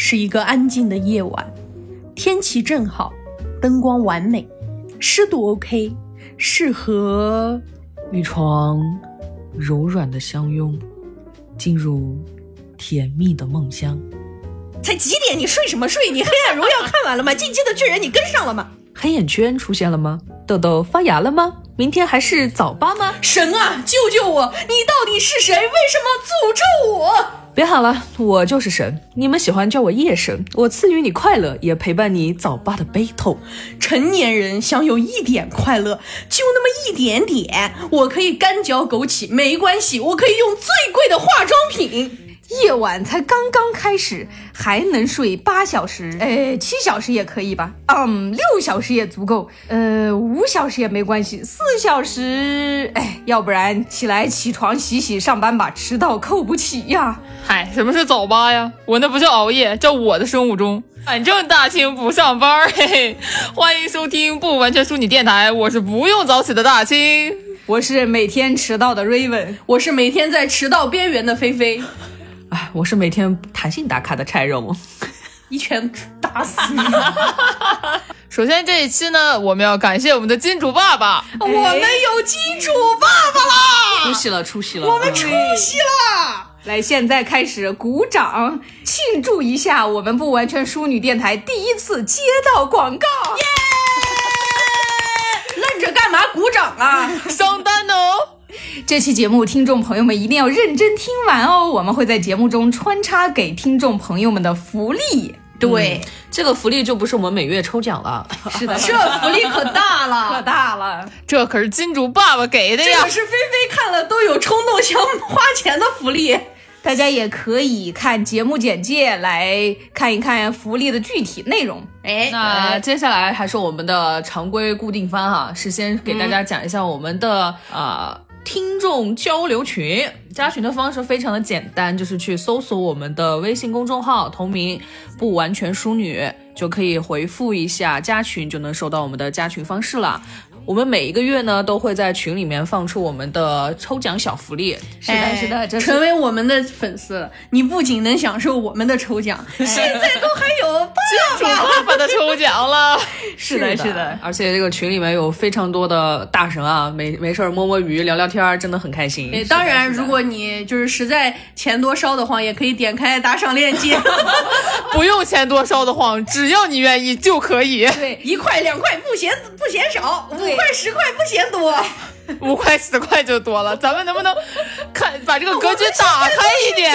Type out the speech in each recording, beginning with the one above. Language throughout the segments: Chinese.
是一个安静的夜晚，天气正好，灯光完美，湿度 OK， 适合与床柔软的相拥，进入甜蜜的梦乡。 才几点？你睡什么睡？你黑暗荣耀看完了吗？进击的巨人你跟上了吗？ 黑眼圈出现了吗？痘痘发芽了吗？明天还是早八吗？ 神啊，救救我！你到底是谁？为什么诅咒我？ 别喊了，我就是神，你们喜欢叫我夜神，我赐予你快乐，也陪伴你早八的悲痛。 成年人想有一点快乐，就那么一点点，我可以干嚼枸杞，没关系，我可以用最贵的化妆品。 夜晚才刚刚开始，还能睡8小时，7小时也可以吧？6小时也足够，5小时也没关系，4小时，要不然起床洗洗上班吧，迟到扣不起呀。 嗨，什么是早八呀？我那不叫熬夜，叫我的生物钟。反正大清不上班，嘿嘿。欢迎收听不完全淑女电台，我是不用早起的大清， 我是每天迟到的 Raven， 我是每天在迟到边缘的菲菲。 我是每天弹性打卡的柴荣， 一拳打死你！ 首先这一期呢，我们要感谢我们的金主爸爸， 我们有金主爸爸啦！ 出息了， 我们出息啦！ 来，现在开始鼓掌庆祝一下，我们不完全淑女电台第一次接到广告， 耶！愣着干嘛？鼓掌啊！ 上单哦！ 这期节目听众朋友们一定要认真听完哦，我们会在节目中穿插给听众朋友们的福利。 对， 这个福利就不是我们每月抽奖了， 是的， 这福利可大了， 可大了， 这可是金主爸爸给的呀！ 这可是菲菲看了都有冲动想花钱的福利。 大家也可以看节目简介来看一看福利的具体内容。 那接下来还是我们的常规固定番哈，是先给大家讲一下我们的听众交流群。加群的方式非常的简单，就是去搜索我们的微信公众号同名不完全淑女，就可以回复一下加群，就能收到我们的加群方式了。我们每一个月呢都会在群里面放出我们的抽奖小福利。 是的，这是成为我们的粉丝，你不仅能享受我们的抽奖，现在都还有金主爸爸的抽奖了。 是的， 而且这个群里面有非常多的大神啊，没事摸摸鱼聊聊天，真的很开心。 当然如果你就是实在钱多烧的慌，也可以点开打赏链接。 不用钱多烧的慌，只要你愿意就可以。 对，1块2块不嫌少，5块10块不嫌多 ，5块10块就多了。咱们能不能把这个格局打开一点？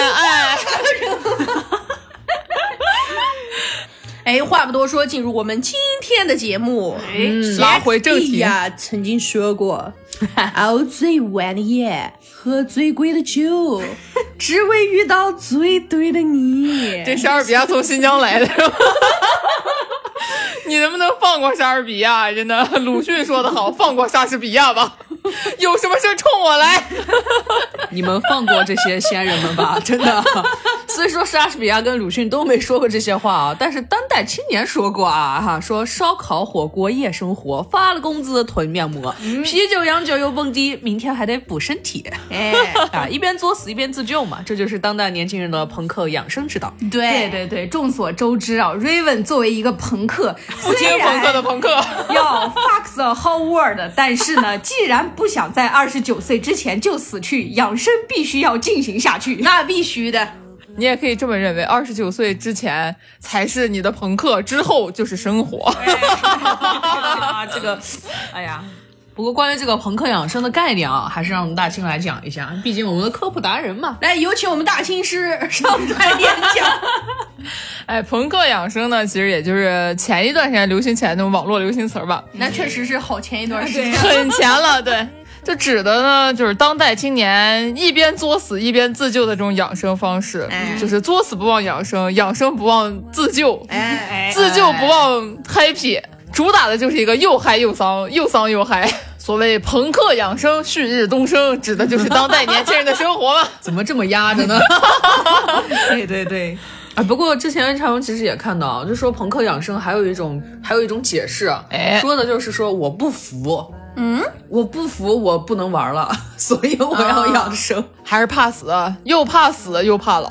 话不多说，进入我们今天的节目。 拉回正题呀，曾经说过，熬最晚的夜，喝最贵的酒，只为遇到最对的你。 这莎士比亚从新疆来的是吗？你能不能放过莎士比亚？真的，鲁迅说得好，放过莎士比亚吧。有什么事冲我来。 你们放过这些先人们吧，真的。虽说莎士比亚跟鲁迅都没说过这些话啊，但是当代青年说过啊，说烧烤火锅夜生活，发了工资囤面膜，啤酒洋酒又蹦迪，明天还得补身体。一边作死一边自救嘛，这就是当代年轻人的朋克养生之道。 对，众所周知啊 ，Raven 作为一个朋克， 不听朋克的朋克， 要 fuck the whole world， 但是呢，既然不想在29岁之前就死去，养生必须要进行下去。 那必须的。 你也可以这么认为，29岁之前才是你的朋克，之后就是生活。 这个，哎呀。不过关于这个朋克养生的概念啊，还是让我们大清来讲一下，毕竟我们的科普达人嘛。 来，有请我们大清师上台演讲。 朋克养生呢，其实也就是前一段时间流行起来那种网络流行词吧。 那确实是好前一段时间， 很前了，对。就指的呢，就是当代青年一边作死一边自救的这种养生方式，就是作死不忘养生，养生不忘自救，自救不忘 happy，主打的就是一个又嗨又丧，又丧又嗨。所谓朋克养生，旭日东升，指的就是当代年轻人的生活嘛。 怎么这么压着呢？对。不过之前常其实也看到，就说朋克养生还有一种解释，说的就是说我不服。我不服，我不能玩了，所以我要养生。 还是怕死，又怕死又怕老。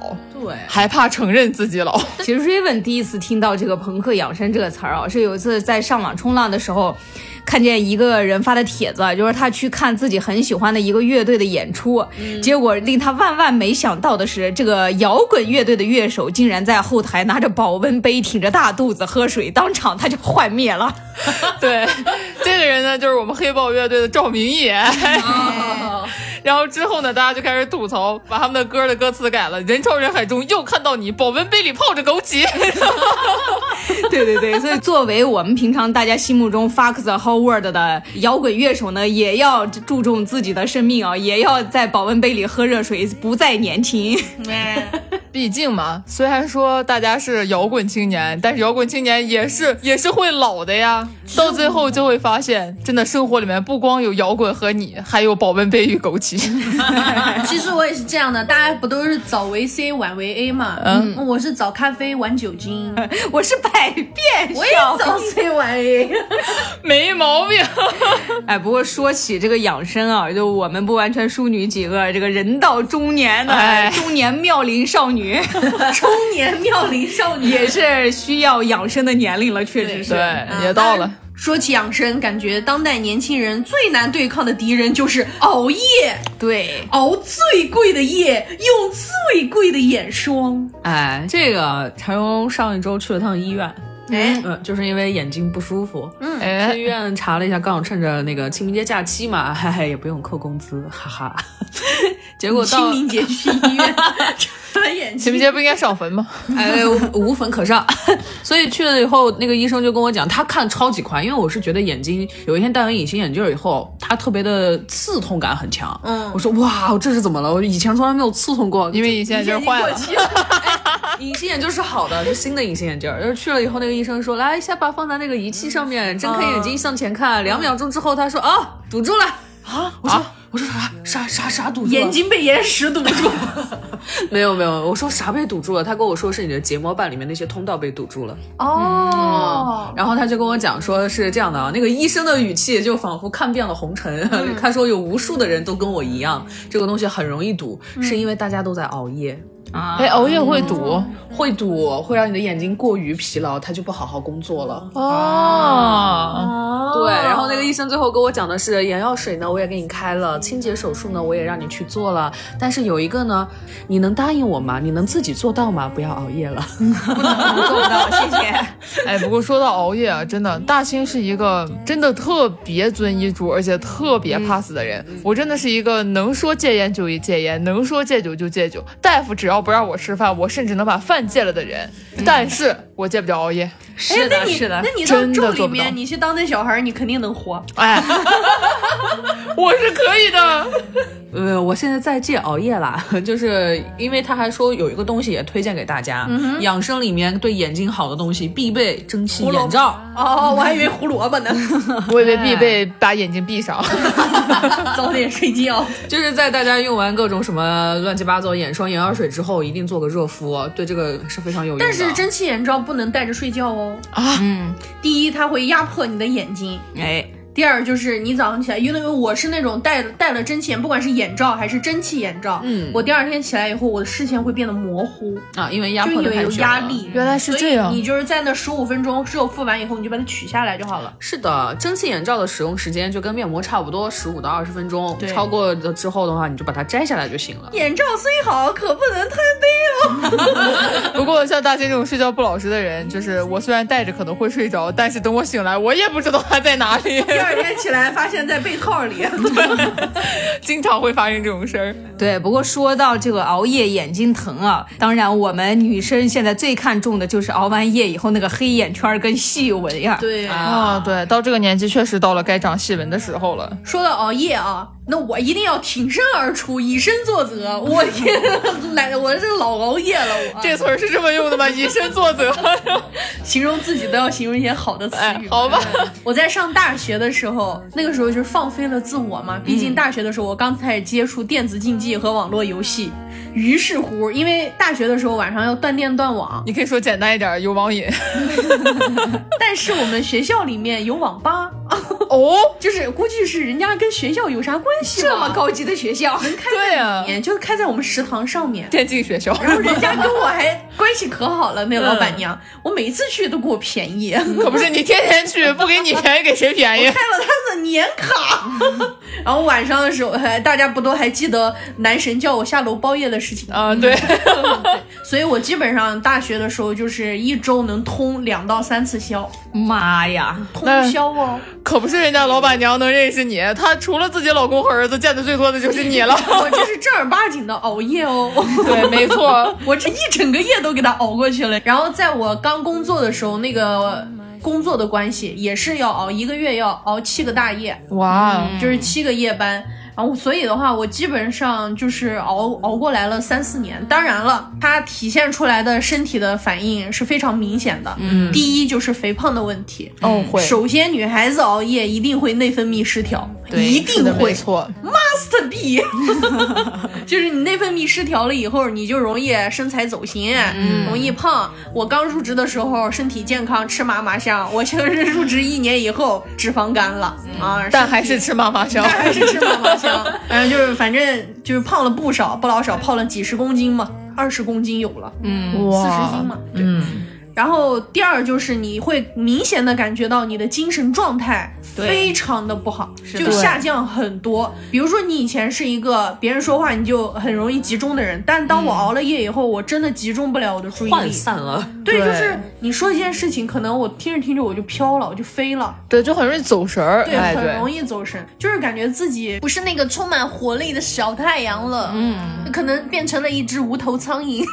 对， 还怕承认自己老。 其实 Raven 第一次听到这个朋克养生这个词儿啊，是有一次在上网冲浪的时候，看见一个人发的帖子，就是他去看自己很喜欢的一个乐队的演出，结果令他万万没想到的是，这个摇滚乐队的乐手竟然在后台拿着保温杯，挺着大肚子喝水，当场他就幻灭了。 对，这个人呢，就是我们黑豹乐队的赵明野。然后之后呢，大家就开始吐槽，把他们的歌的歌词改了，人潮人海中又看到你，保温杯里泡着枸杞。 对对对，所以作为我们平常大家心目中 Fuck the whole world 的摇滚乐手呢，也要注重自己的生命啊，也要在保温杯里喝热水，不再年轻。 毕竟嘛，虽然说大家是摇滚青年，但是摇滚青年也是会老的呀。到最后就会发现，真的生活里面不光有摇滚和你，还有保温杯与枸杞。 其实我也是这样的，大家不都是早为 C 晚为 A 嘛？我是早咖啡晚酒精， 我是百变我也早 C 晚 A， 没毛病。 哎，不过说起这个养生啊，就我们不完全淑女几个，这个人到中年的、中年妙龄少女， 中年妙龄少女也是需要养生的年龄了，确实是， 对，也到了。 说起养生，感觉当代年轻人最难对抗的敌人就是熬夜。 对， 熬最贵的夜，用最贵的眼霜。 哎，这个柴荣上一周去了趟医院。就是因为眼睛不舒服，去医院查了一下，刚好趁着那个清明节假期嘛，也不用扣工资，哈哈。结果到清明节去医院查眼睛， 清明节不应该上坟吗？ 无坟可上。所以去了以后，那个医生就跟我讲，他看超级快，因为我是觉得眼睛有一天戴完隐形眼镜以后，它特别的刺痛感很强。我说哇，这是怎么了？我以前从来没有刺痛过， 因为隐形眼镜坏了。 隐形眼镜是好的，是新的隐形眼镜。就是去了以后，那个医生说，来下巴放在那个仪器上面，睁开眼睛向前看，2秒钟之后，他说堵住了。我说啥堵住了？ 眼睛被眼屎堵住。 没有，我说啥被堵住了？他跟我说是你的结膜瓣里面那些通道被堵住了。然后他就跟我讲说是这样的啊，那个医生的语气就仿佛看遍了红尘。他说有无数的人都跟我一样，这个东西很容易堵，是因为大家都在熬夜。 熬夜会堵， 会让你的眼睛过于疲劳，它就不好好工作了。对，然后那个医生最后跟我讲的是，眼药水呢我也给你开了，清洁手术呢我也让你去做了，但是有一个呢，你能答应我吗？你能自己做到吗？不要熬夜了。 不能做不到，谢谢。 不过说到熬夜啊，真的，大兴是一个真的特别遵医嘱，而且特别怕死的人。我真的是一个能说戒烟就戒烟，能说戒酒就戒酒，大夫只要不让我吃饭，我甚至能把饭戒了的人。但是我戒不了熬夜。 是的，是的。 那你到州里面，你去当那小孩，你肯定能活。 我是可以的。 我现在在戒熬夜啦，就是因为他还说有一个东西也推荐给大家，养生里面对眼睛好的东西必备蒸汽眼罩。 我还以为胡萝卜呢。 我以为必备把眼睛闭上， 早点睡觉。 就是在大家用完各种什么乱七八糟眼霜、眼药水之后，一定做个热敷，对这个是非常有用的。 但是蒸汽眼罩不能戴着睡觉哦。第一，它会压迫你的眼睛。第二就是你早上起来，因为我是那种戴了蒸汽眼，不管是眼罩还是蒸汽眼罩，我第二天起来以后，我的视线会变得模糊因为压迫的太久了， 就有压力。 原来是这样。 所以你就是在那15分钟热敷完以后，你就把它取下来就好了。 是的，蒸汽眼罩的使用时间就跟面膜差不多，15到20分钟，超过了之后的话，你就把它摘下来就行了。 眼罩虽好，可不能贪杯哦。 不过像大兴这种睡觉不老实的人，就是我虽然戴着可能会睡着，但是等我醒来，我也不知道它在哪里。 第二天起来发现在被套里。 经常会发生这种事儿。 对，不过说到这个熬夜眼睛疼啊，当然我们女生现在最看重的就是熬完夜以后那个黑眼圈跟细纹呀。 对对，到这个年纪确实到了该长细纹的时候了。 说到熬夜啊，那我一定要挺身而出，以身作则。我这老熬夜了， 这词儿是这么用的吗？以身作则。 形容自己都要形容一些好的词语。 好吧。 我在上大学的时候，那个时候就是放飞了自我嘛。毕竟大学的时候，我刚开始接触电子竞技和网络游戏，于是乎，因为大学的时候晚上要断电断网， 你可以说简单一点，有网瘾。 但是我们学校里面有网吧。 哦，就是估计是人家跟学校有啥关系， 这么高级的学校能开在里面，就开在我们食堂上面， 电竞学校。 然后人家跟我还关系可好了，那老板娘，我每次去都给我便宜， 可不是你天天去，不给你便宜给谁便宜？ 我开了他的年卡。然后晚上的时候，大家不都还记得男神叫我下楼包夜的事情啊？对。 所以我基本上大学的时候就是一周能通2到3次宵。 妈呀， 通宵哦！ 可不是人家老板娘能认识你，她除了自己老公和儿子见的最多的就是你了。 我这是正儿八经的熬夜哦。 对，没错， 我这一整个夜都给他熬过去了。然后在我刚工作的时候，那个工作的关系也是要熬1个月，要熬7个大夜。 哇， 就是7个夜班。然后所以的话，我基本上就是熬过来了3、4年。当然了，它体现出来的身体的反应是非常明显的。第一就是肥胖的问题。 会。 首先，女孩子熬夜一定会内分泌失调，一定会， 没错 ，must be。就是你内分泌失调了以后，你就容易身材走形，容易胖。我刚入职的时候身体健康，吃嘛嘛香。我就是入职1年以后脂肪肝了啊， 但还是吃嘛嘛香， 就是反正就是胖了不老少，胖了几十公斤嘛，20公斤有了，40斤嘛，对。然后第二就是你会明显的感觉到你的精神状态非常的不好，就下降很多。比如说你以前是一个别人说话你就很容易集中的人，但当我熬了夜以后，我真的集中不了我的注意力， 涣散了。 对，就是你说一件事情，可能我听着听着我就飘了，我就飞了。 对，就很容易走神儿。 对，很容易走神，就是感觉自己不是那个充满活力的小太阳了，可能变成了一只无头苍蝇。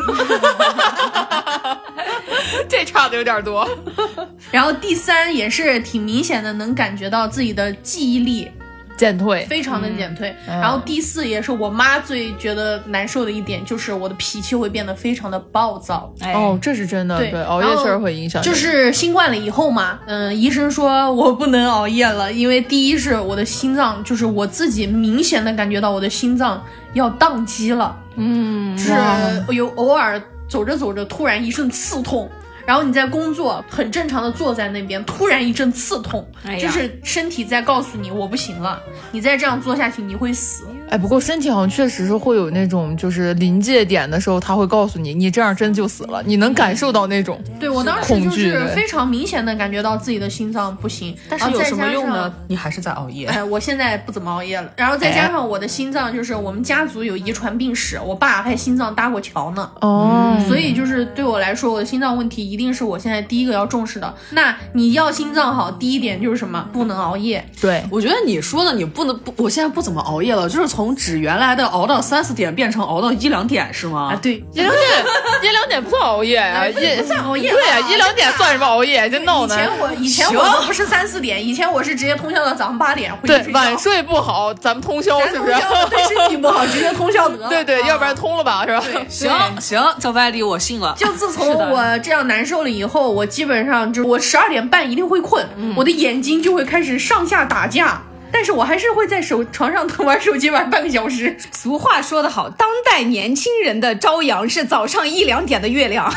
这差的有点多。 然后第三也是挺明显的，能感觉到自己的记忆力减退， 非常的减退。然后第四也是我妈最觉得难受的一点，就是我的脾气会变得非常的暴躁。 这是真的。对，熬夜确实会影响。 就是新冠了以后嘛，医生说我不能熬夜了，因为第一是我的心脏，就是我自己明显的感觉到我的心脏要宕机了。就是有偶尔走着走着突然一阵刺痛，然后你在工作很正常的坐在那边，突然一阵刺痛，就是身体在告诉你我不行了，你再这样做下去你会死。 不过身体好像确实是会有那种就是临界点的时候，他会告诉你，你这样真就死了，你能感受到那种。 对，我当时就是非常明显的感觉到自己的心脏不行， 但是有什么用呢？你还是在熬夜。 我现在不怎么熬夜了，然后再加上我的心脏，就是我们家族有遗传病史，我爸还心脏搭过桥呢。所以就是对我来说，我的心脏问题一定是我现在第一个要重视的。那你要心脏好，第一点就是什么？不能熬夜。 对，我觉得你说的你不能我现在不怎么熬夜了，就是从原来的熬到3、4点变成熬到1、2点是吗？ 对 ，1、2点不算熬夜呀， 不算熬夜。 对呀，1、2点算什么熬夜？就闹呢。 以前我都不是3、4点，以前我是直接通宵到早上8点回去睡觉。 对，晚睡不好，咱们通宵是不是？ 对身体不好，直接通宵得了。 对，要不然通了吧，是吧？ 行，这外力我信了。 就自从我这样难受了以后，我基本上就我12点半一定会困，我的眼睛就会开始上下打架。但是我还是会在床上玩手机玩半个小时。 俗话说得好，当代年轻人的朝阳是早上1、2点的月亮。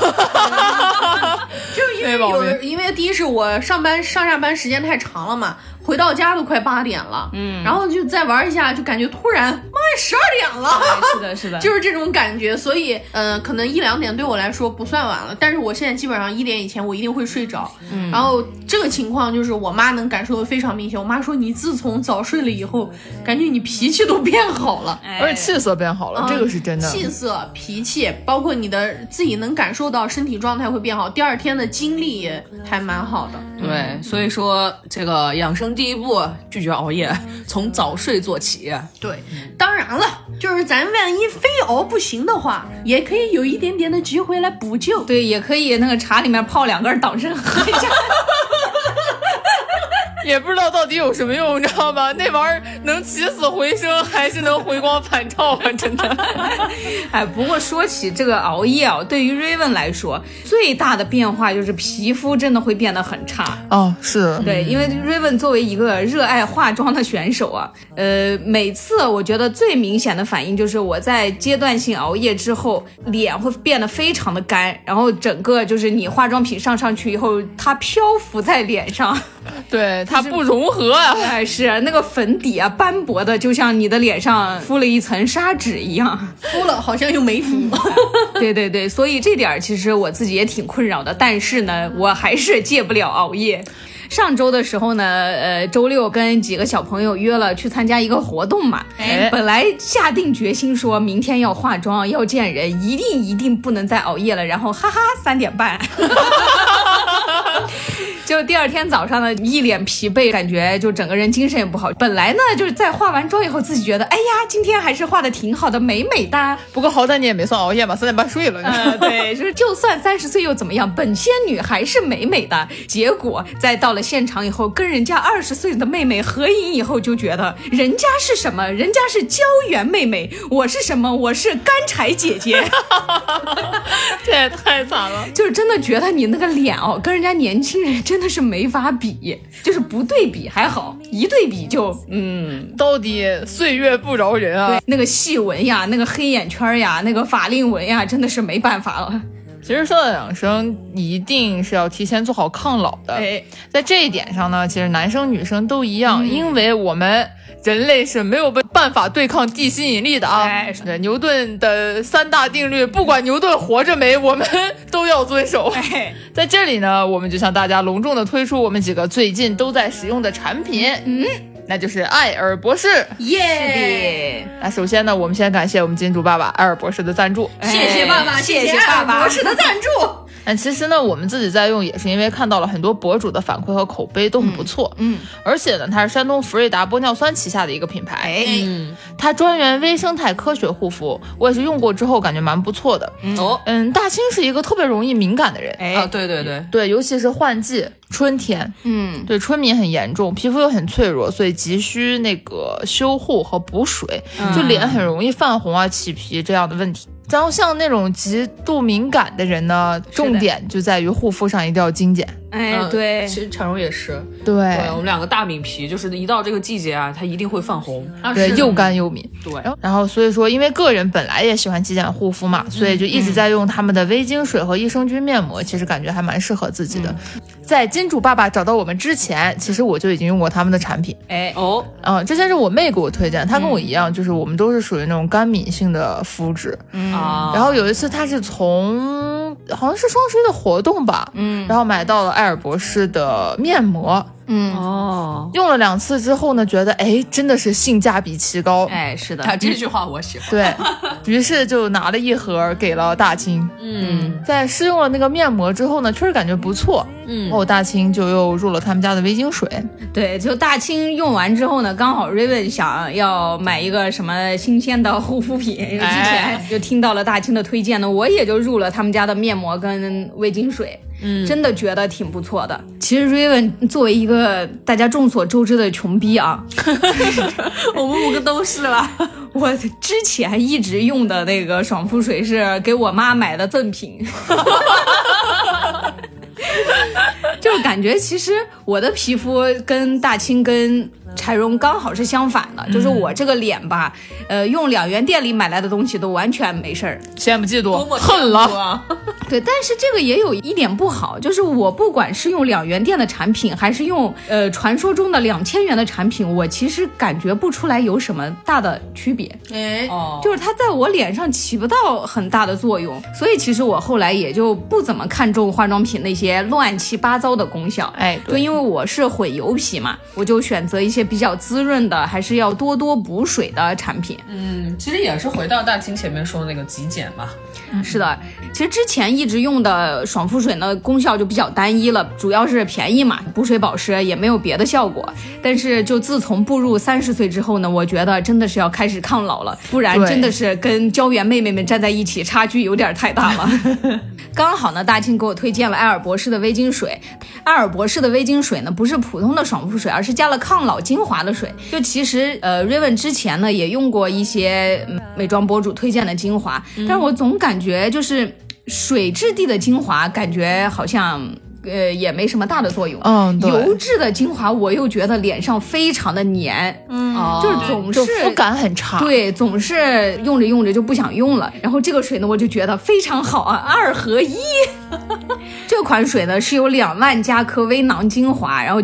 就因为第一是我上下班时间太长了嘛，回到家都快8点了，然后就再玩一下，就感觉突然妈呀12点了， 是的， 就是这种感觉。所以可能1、2点对我来说不算晚了，但是我现在基本上1点以前我一定会睡着。然后这个情况就是我妈能感受的非常明显。我妈说你自从早睡了以后，感觉你脾气都变好了， 而且气色变好了，这个是真的。 气色、脾气，包括你的自己能感受到身体状态会变好，第二天的精力也还蛮好的。 对，所以说这个养生第一步，拒绝熬夜，从早睡做起。 对，当然了，就是咱万一非熬不行的话，也可以有一点点的机会来补救。 对，也可以那个茶里面泡2根党参喝一下。 也不知道到底有什么用，你知道吗？那玩意儿能起死回生，还是能回光返照啊？真的。 不过说起这个熬夜啊，对于 Raven 来说，最大的变化就是皮肤真的会变得很差。 是。 对，因为 Raven 作为一个热爱化妆的选手啊，每次我觉得最明显的反应就是我在阶段性熬夜之后，脸会变得非常的干，然后整个就是你化妆品上去以后，它漂浮在脸上。 对，它不融合啊。 哎，是那个粉底啊，斑驳的，就像你的脸上敷了一层砂纸一样， 敷了好像又没敷。 对对对，所以这点其实我自己也挺困扰的，但是呢，我还是戒不了熬夜。上周的时候呢，周六跟几个小朋友约了去参加一个活动嘛，本来下定决心说明天要化妆要见人，一定不能再熬夜了，然后哈哈3点半。就第二天早上呢，一脸疲惫，感觉就整个人精神也不好。本来呢，就是在化完妆以后，自己觉得，哎呀，今天还是化的挺好的，美美的。 不过好歹你也没算熬夜嘛，3点半睡了。 对，就算30岁又怎么样，本仙女还是美美的。结果再到了现场以后，跟人家20岁的妹妹合影以后，就觉得人家是什么？人家是胶原妹妹，我是什么？我是干柴姐姐。 这也太惨了， 就是真的觉得你那个脸哦，跟人家年轻人真的是没法比，就是不对比还好，一对比就到底岁月不饶人啊。 对，那个细纹呀，那个黑眼圈呀，那个法令纹呀，真的是没办法了。 其实说到养生，一定是要提前做好抗老的。在这一点上呢，其实男生女生都一样，因为我们人类是没有办法对抗地心引力的啊。牛顿的3大定律，不管牛顿活着没，我们都要遵守。在这里呢，我们就向大家隆重的推出我们几个最近都在使用的产品。那就是艾尔博士。 耶！ 那首先呢，我们先感谢我们金主爸爸艾尔博士的赞助。 谢谢爸爸，谢谢艾尔博士的赞助。 但其实呢，我们自己在用也是因为看到了很多博主的反馈和口碑都很不错。而且呢，它是山东福瑞达玻尿酸旗下的一个品牌。它专研微生态科学护肤，我也是用过之后感觉蛮不错的。大清是一个特别容易敏感的人。对，尤其是换季。春天，对，春敏很严重，皮肤又很脆弱，所以急需那个修护和补水，就脸很容易泛红啊、起皮这样的问题。然后像那种极度敏感的人呢，重点就在于护肤上一定要精简。 对， 其实产荣也是， 对我们两个大敏皮，就是一到这个季节啊，它一定会泛红， 对，又干又敏。 对， 然后所以说，因为个人本来也喜欢极简护肤嘛，所以就一直在用他们的微晶水和益生菌面膜，其实感觉还蛮适合自己的。在金主爸爸找到我们之前，其实我就已经用过他们的产品。之前是我妹给我推荐，她跟我一样，就是我们都是属于那种干敏性的肤质。然后有一次她是从好像是双十一的活动吧，然后买到了艾尔博士的面膜。用了2次之后呢，觉得真的是性价比奇高。 是的， 这句话我喜欢。 对于是就拿了一盒给了大清。在试用了那个面膜之后呢，确实感觉不错。然后大清就又入了他们家的微晶水。 对，就大清用完之后呢，刚好 Raven 想要买一个什么新鲜的护肤品，因为之前就听到了大清的推荐呢，我也就入了他们家的面膜跟微晶水。真的觉得挺不错的。其实 Raven 作为一个大家众所周知的穷逼啊， 我们5个都是了。 我之前一直用的那个爽肤水是给我妈买的赠品。就是感觉其实我的皮肤跟大清跟柴荣刚好是相反的，就是我这个脸吧，用2元店里买来的东西都完全没事儿， 羡慕嫉妒，恨了。 对，但是这个也有一点不好，就是我不管是用2元店的产品，还是用传说中的2000元的产品，我其实感觉不出来有什么大的区别。就是它在我脸上起不到很大的作用，所以其实我后来也就不怎么看重化妆品那些乱七八糟的功效。对，因为我是混油皮嘛，我就选择一些比较滋润的，还是要多多补水的产品。 其实也是回到大清前面说的那个极简嘛。 是的，其实之前一直用的爽肤水呢，功效就比较单一了，主要是便宜嘛，补水保湿，也没有别的效果。但是就自从步入30岁之后呢，我觉得真的是要开始抗老了，不然真的是跟胶原妹妹们站在一起，差距有点太大了。刚好呢，大清给我推荐了艾尔博士的微晶水。艾尔博士的微晶水呢，不是普通的爽肤水，而是加了抗老精华的水。就其实Raven 之前呢也用过一些美妆博主推荐的精华，但是我总感觉就是水质地的精华感觉好像也没什么大的作用。油质的精华我又觉得脸上非常的黏，就是总是肤感很差。 对，总是用着用着就不想用了。然后这个水呢，我就觉得非常好啊，2合1。 这款水呢是有2万加克微囊精华，然后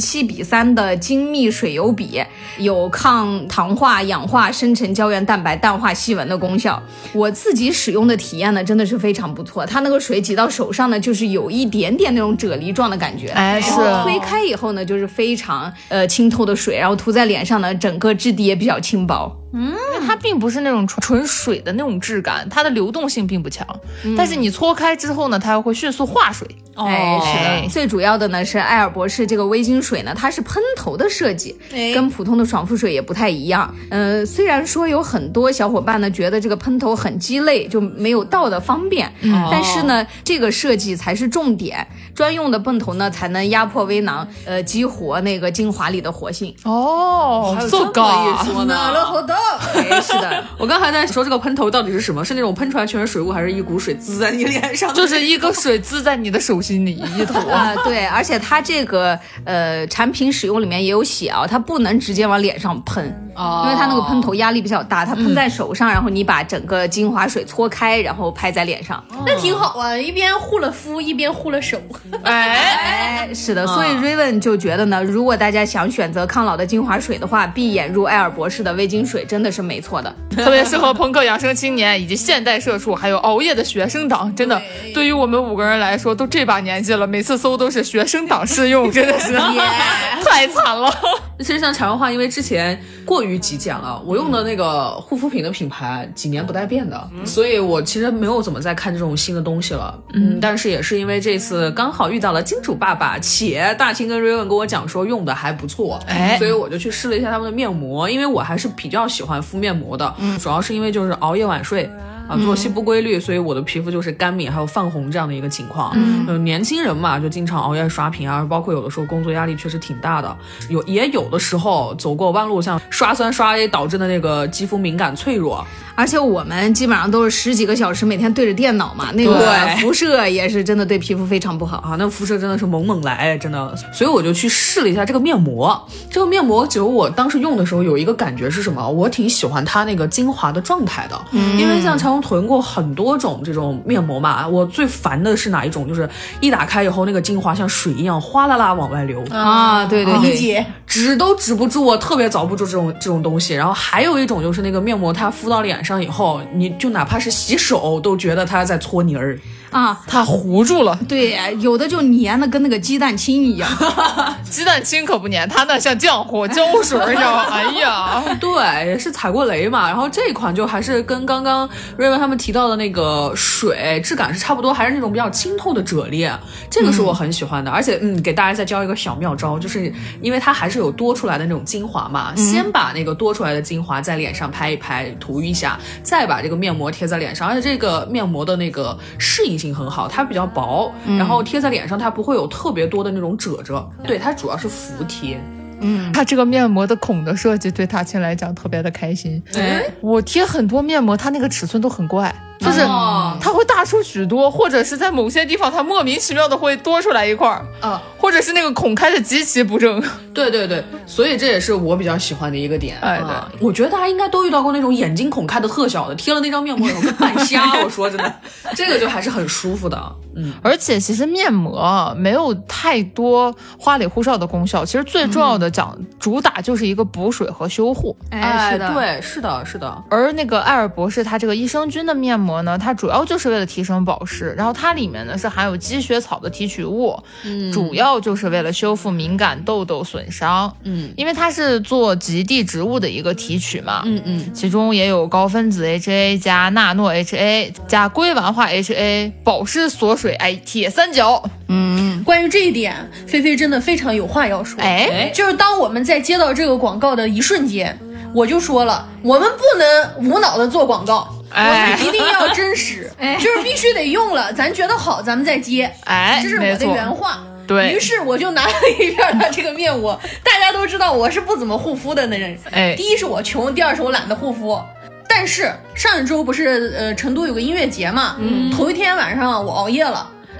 97:3的精密水油比，有抗糖化、氧化、生成胶原蛋白、淡化细纹的功效。我自己使用的体验呢真的是非常不错，它那个水挤到手上呢就是有一点点那种啫喱状的感觉， 是推开以后呢就是非常清透的水，然后涂在脸上呢整个质地也比较轻薄。 它并不是那种纯水的那种质感，它的流动性并不强，但是你搓开之后呢，它会迅速化水。 是的。最主要的呢是瑷尔博士这个微晶水呢，它是喷头的设计，跟普通的爽肤水也不太一样。虽然说有很多小伙伴呢觉得这个喷头很鸡肋，就没有倒的方便，但是呢这个设计才是重点，专用的喷头呢才能压迫微囊，激活那个精华里的活性。 还有这么一说呢。 是的， 我刚才在说这个喷头到底是什么？是那种喷出来全是水雾，还是一股水滋在你脸上？ 就是一个水滋在你的手心里一坨对，而且它这个产品使用里面也有写啊，它不能直接往脸上喷，因为它那个喷头压力比较大，它喷在手上，然后你把整个精华水搓开，然后拍在脸上， 那挺好啊，一边护了肤，一边护了手。 是的，所以 Raven 就觉得呢，如果大家想选择抗老的精华水的话，闭眼入瑷尔博士的微晶水真的是没错的， 特别适合朋克养生青年以及现代社畜，还有熬夜的学生党。真的，对于我们5个人来说，都这把年纪了，每次搜都是学生党适用，真的是太惨了。 其实像茶文化，因为之前过于极简了，我用的那个护肤品的品牌几年不带变的，所以我其实没有怎么再看这种新的东西了。但是也是因为这次刚好遇到了金主爸爸，且大清跟 Raven 跟我讲说用的还不错，所以我就去试了一下他们的面膜，因为我还是比较喜欢敷面膜的，主要是因为就是熬夜晚睡作息不规律，所以我的皮肤就是干敏还有泛红这样的一个情况。年轻人嘛，就经常熬夜刷屏啊，包括有的时候工作压力确实挺大的，也有的时候走过弯路，像刷酸刷 A 导致的那个肌肤敏感脆弱。 而且我们基本上都是10几个小时每天对着电脑嘛，那个辐射也是真的对皮肤非常不好啊，那辐射真的是猛猛来，真的。所以我就去试了一下这个面膜。这个面膜其实我当时用的时候有一个感觉是什么？我挺喜欢它那个精华的状态的，因为像常囤过很多种这种面膜嘛，我最烦的是哪一种？就是一打开以后那个精华像水一样哗啦啦往外流啊！对对对， 理解， 止都止不住，我特别遭不住这种东西。然后还有一种就是那个面膜，它敷到脸上以后，你就哪怕是洗手都觉得它在搓泥儿啊， 它糊住了。 对，有的就粘的跟那个鸡蛋清一样。 鸡蛋清可不粘，它那像浆糊胶水一样。哎呀， 对，也是踩过雷嘛。然后这一款就还是跟刚刚瑞文他们提到的那个水质感是差不多，还是那种比较清透的啫喱，这个是我很喜欢的。而且给大家再教一个小妙招，就是因为它还是有多出来的那种精华嘛，先把那个多出来的精华在脸上拍一拍，涂一下，再把这个面膜贴在脸上。而且这个面膜的那个适应性很好，它比较薄，然后贴在脸上它不会有特别多的那种褶褶，对，它主要是服帖。 它这个面膜的孔的设计对大清来讲特别的开心。我贴很多面膜，它那个尺寸都很怪，就是它会大出许多，或者是在某些地方它莫名其妙的会多出来一块或者是那个孔开的极其不正。 对对对，所以这也是我比较喜欢的一个点。 对， 我觉得大家应该都遇到过那种眼睛孔开的特小的，贴了那张面膜以后跟半瞎。我说真的，这个就还是很舒服的。 而且其实面膜没有太多花里胡哨的功效，其实最重要的主打就是一个补水和修护。 是的， 对，是的，是的。 而那个瑷尔博士它这个益生菌的面膜呢，它主要就是为了提升保湿，然后它里面呢是含有积雪草的提取物，主要就是为了修复敏感痘痘损伤。因为它是做极地植物的一个提取嘛，其中也有高分子 HA 加纳诺 HA 加硅烷化 HA 保湿锁水铁三角。 关于这一点，菲菲真的非常有话要说。就是当我们在接到这个广告的一瞬间，我就说了，我们不能无脑的做广告，我们一定要真实，就是必须得用了，咱觉得好，咱们再接。这是我的原话。 对于是我就拿了一片它这个面膜，大家都知道我是不怎么护肤的那人。第一是我穷，第二是我懒得护肤。但是上一周不是成都有个音乐节嘛，头一天晚上我熬夜了。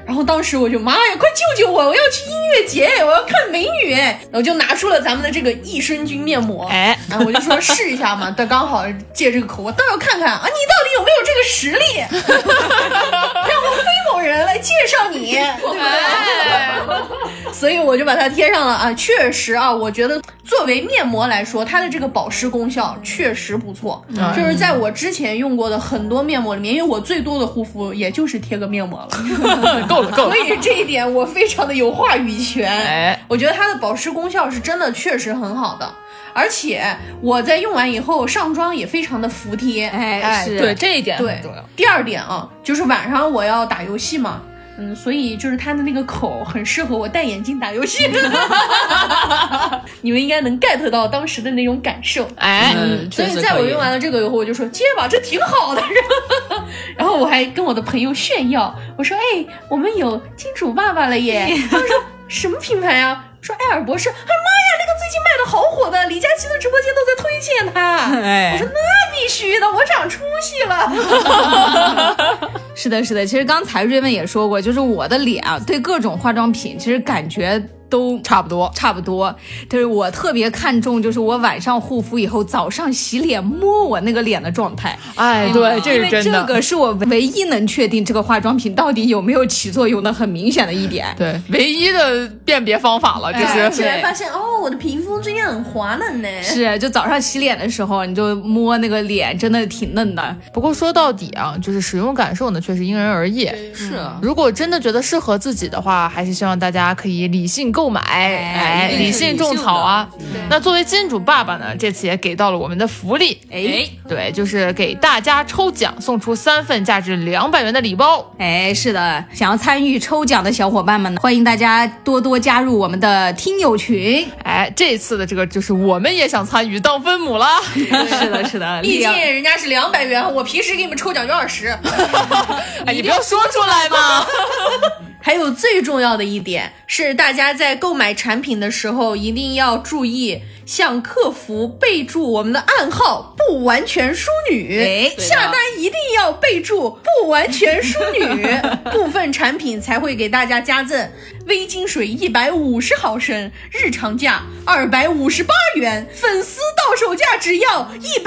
然后当时我就妈呀，快救救我！我要去音乐节，我要看美女。然后就拿出了咱们的这个益生菌面膜，然后我就说试一下嘛，但刚好借这个口，我倒要看看啊，你到底有没有这个实力，让我非某人来介绍你，对不对？所以我就把它贴上了啊。确实啊，我觉得作为面膜来说，它的这个保湿功效确实不错，就是在我之前用过的很多面膜里面，因为我最多的护肤也就是贴个面膜了， 够了。 所以这一点我非常的有话语权。我觉得它的保湿功效是真的确实很好的，而且我在用完以后上妆也非常的服帖。 是对这一点很重要。 第二点啊，就是晚上我要打游戏嘛。所以就是它的那个口很适合我戴眼镜打游戏，你们应该能 get 到当时的那种感受。所以在我用完了这个以后，我就说接吧，这挺好的。然后我还跟我的朋友炫耀，我说我们有金主爸爸了耶。他们说什么品牌啊？说艾尔博士。哎妈呀，那个最近卖的好火的，李佳琦的直播间都在推荐它。我说那必须的，我长出息了。 是的，是的。其实刚才瑞文也说过，就是我的脸啊，对各种化妆品其实感觉都差不多。 就是我特别看重，就是我晚上护肤以后，早上洗脸摸我那个脸的状态。 对，这是真的。 这个是我唯一能确定这个化妆品到底有没有起作用的很明显的一点。 对，唯一的辨别方法了，就是。 起来发现我的皮肤最近很滑嫩呢。 是，就早上洗脸的时候，你就摸那个脸，真的挺嫩的。 不过说到底啊，就是使用感受呢，确实因人而异。 是， 如果真的觉得适合自己的话，还是希望大家可以理性购买，理性种草啊。那作为金主爸爸呢，这次也给到了我们的福利。对，就是给大家抽奖，送出3份价值200元的礼包。 是的，想要参与抽奖的小伙伴们呢，欢迎大家多多加入我们的听友群。 这次的这个就是我们也想参与当分母了。 是的， 毕竟人家是200元，我平时给你们抽奖就20。 你不要说出来嘛。 还有最重要的一点是，大家在购买产品的时候一定要注意向客服备注我们的暗号不完全淑女，下单一定要备注不完全淑女，部分产品才会给大家加赠微晶水150毫升，日常价258元，粉丝到手价只要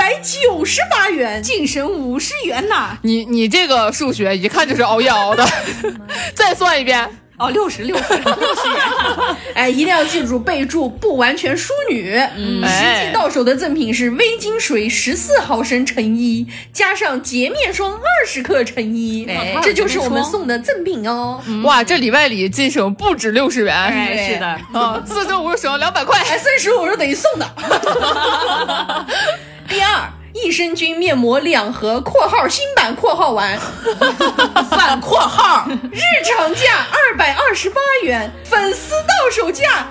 198元， 净省50元呐！ 你这个数学一看就是熬夜熬的。再算一遍。 60元。 一定要记住备注不完全淑女。实际到手的赠品是微晶水14毫升乘1，加上洁面霜20克乘1，这就是我们送的赠品哦。 哇，这里外里净省不止60 元。是的 ，4正5省200块 ，35是等于送的。第二，益生菌面膜2盒（括号新版括号完） 反括号， 日常价228元，粉丝到手价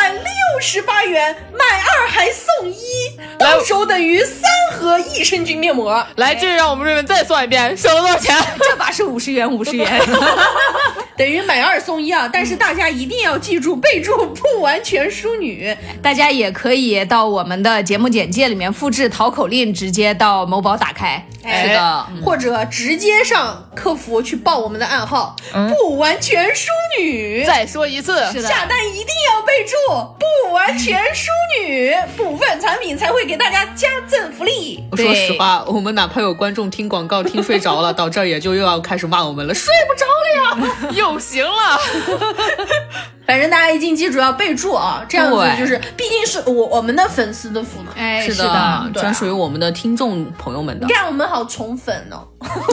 168元，买2还送1，到手等于3盒益生菌面膜。 来，这让我们瑞文再算一遍，省了多少钱？ 这把是50元， 等于买2送1啊！但是大家一定要记住备注不完全淑女。 大家也可以到我们的节目简介里面复制淘口令，直接到某宝打开。 是的， 或者直接上客服去报我们的暗号不完全淑女。 再说一次， 下单一定要备注不完全淑女，部分产品才会给大家加赠福利。 说实话，我们哪怕有观众听广告听睡着了，到这儿也就又要开始骂我们了，睡不着了呀， 又行了。 反正大家一定记住要备注啊，这样子就是毕竟是我们的粉丝的福嘛。 是的，专属于我们的听众朋友们的。 你看我们好宠粉哦。